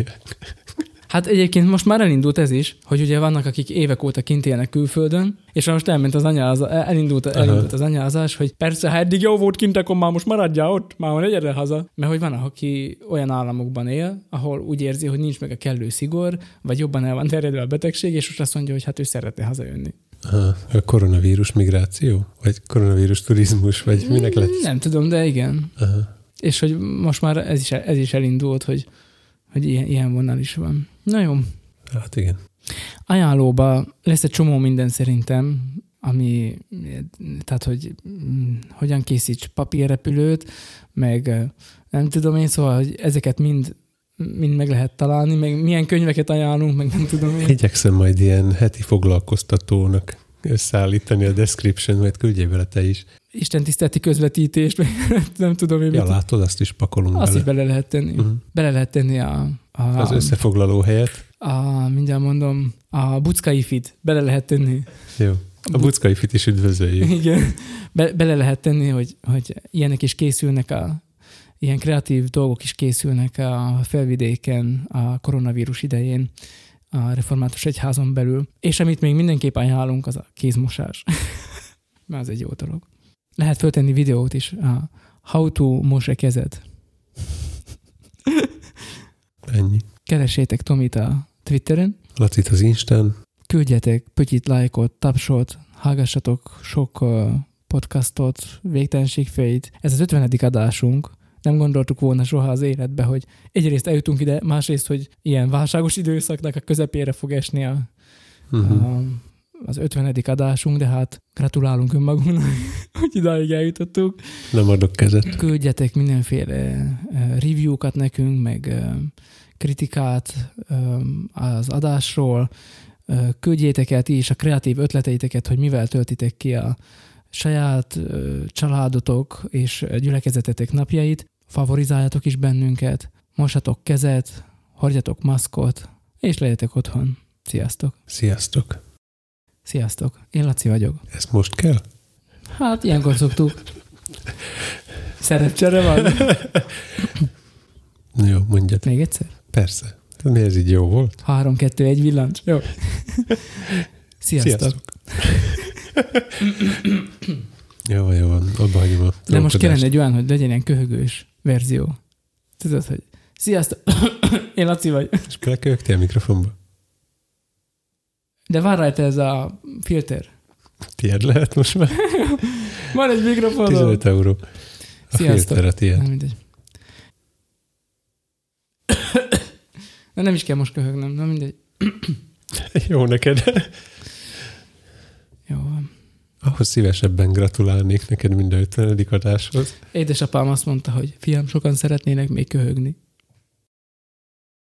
Hát egyébként most már elindult ez is, hogy ugye vannak, akik évek óta kint élnek külföldön, és most elment az elindult az anyázás, hogy persze, ha eddig jó volt kint, akkor már most maradjál ott, már ne gyere haza. Mert hogy van, aki olyan államokban él, ahol úgy érzi, hogy nincs meg a kellő szigor, vagy jobban el van terjedve a betegség, és most azt mondja, hogy hát ő szeretne hazajönni. A koronavírus migráció? Vagy koronavírus turizmus? Vagy minek lett? Nem tudom, de igen. És hogy most már ez is elindult, hogy ilyen vonal is van. Na jó. Hát igen. Ajánlóba lesz egy csomó minden szerintem, ami, tehát, hogy hogyan készíts papírrepülőt, meg nem tudom én, szóval, hogy ezeket mind meg lehet találni, meg milyen könyveket ajánlunk, meg nem tudom én. Igyekszem majd ilyen heti foglalkoztatónak összeállítani a description, majd küldjél vele te is. Istentiszteleti közvetítést, nem tudom én. Ja, látod, azt is pakolunk azt bele. Azt is bele lehet tenni. Bele lehet tenni az összefoglaló helyet. Mindjárt mondom, a buckai fit bele lehet tenni. Jó. A buckai fit is üdvözöljük. Igen. Bele lehet tenni, hogy ilyenek is készülnek, ilyen kreatív dolgok is készülnek a felvidéken a koronavírus idején a református egyházon belül. És amit még mindenképp ajánlunk, az a kézmosás. Mert az egy jó dolog. Lehet föltenni videót is. How to mos a kezed. Ennyi. Keressétek Tomit a Twitteren. Lacit az Instán. Küldjetek pötyit, lájkot, tapsot, hallgassatok sok podcastot, végtelenségfejét. Ez az 50. adásunk. Nem gondoltuk volna soha az életbe, hogy egyrészt eljutunk ide, másrészt, hogy ilyen válságos időszaknak a közepére fog esni az 50. adásunk, de hát gratulálunk önmagunknak, hogy idáig eljutottuk. Nem adok kezet. Küldjetek mindenféle review-kat nekünk, meg kritikát az adásról. Küldjétek el ti is a kreatív ötleteiteket, hogy mivel töltitek ki a saját családotok és gyülekezetetek napjait. Favorizáljatok is bennünket, mosatok kezet, hordjatok maszkot, és legyetek otthon. Sziasztok! Sziasztok! Sziasztok! Én Laci vagyok. Ezt most kell? Hát, ilyenkor szoktuk. Szerepcsere van? Jó, mondjad. Még egyszer? Persze. Mi ez így jó volt? 3, 2, 1 villancs. Jó. Sziasztok! Jó van, abba hagyom a de most kellene egy olyan, hogy legyen ilyen köhögős verzió. Tudod, hogy sziasztok! Én Laci vagy. És beleköhögtél a mikrofonba? De van rajta ez a filter. Tiéd lehet most már? Van egy mikrofonom. 15 euró. A filter a tiéd. Nem mindegy. Nem is kell most köhögnem, nem mindegy. Jó neked. Jó van. Ahhoz szívesebben gratulálnék neked mind a 50. adáshoz. Édesapám azt mondta, hogy fiam, sokan szeretnének még köhögni.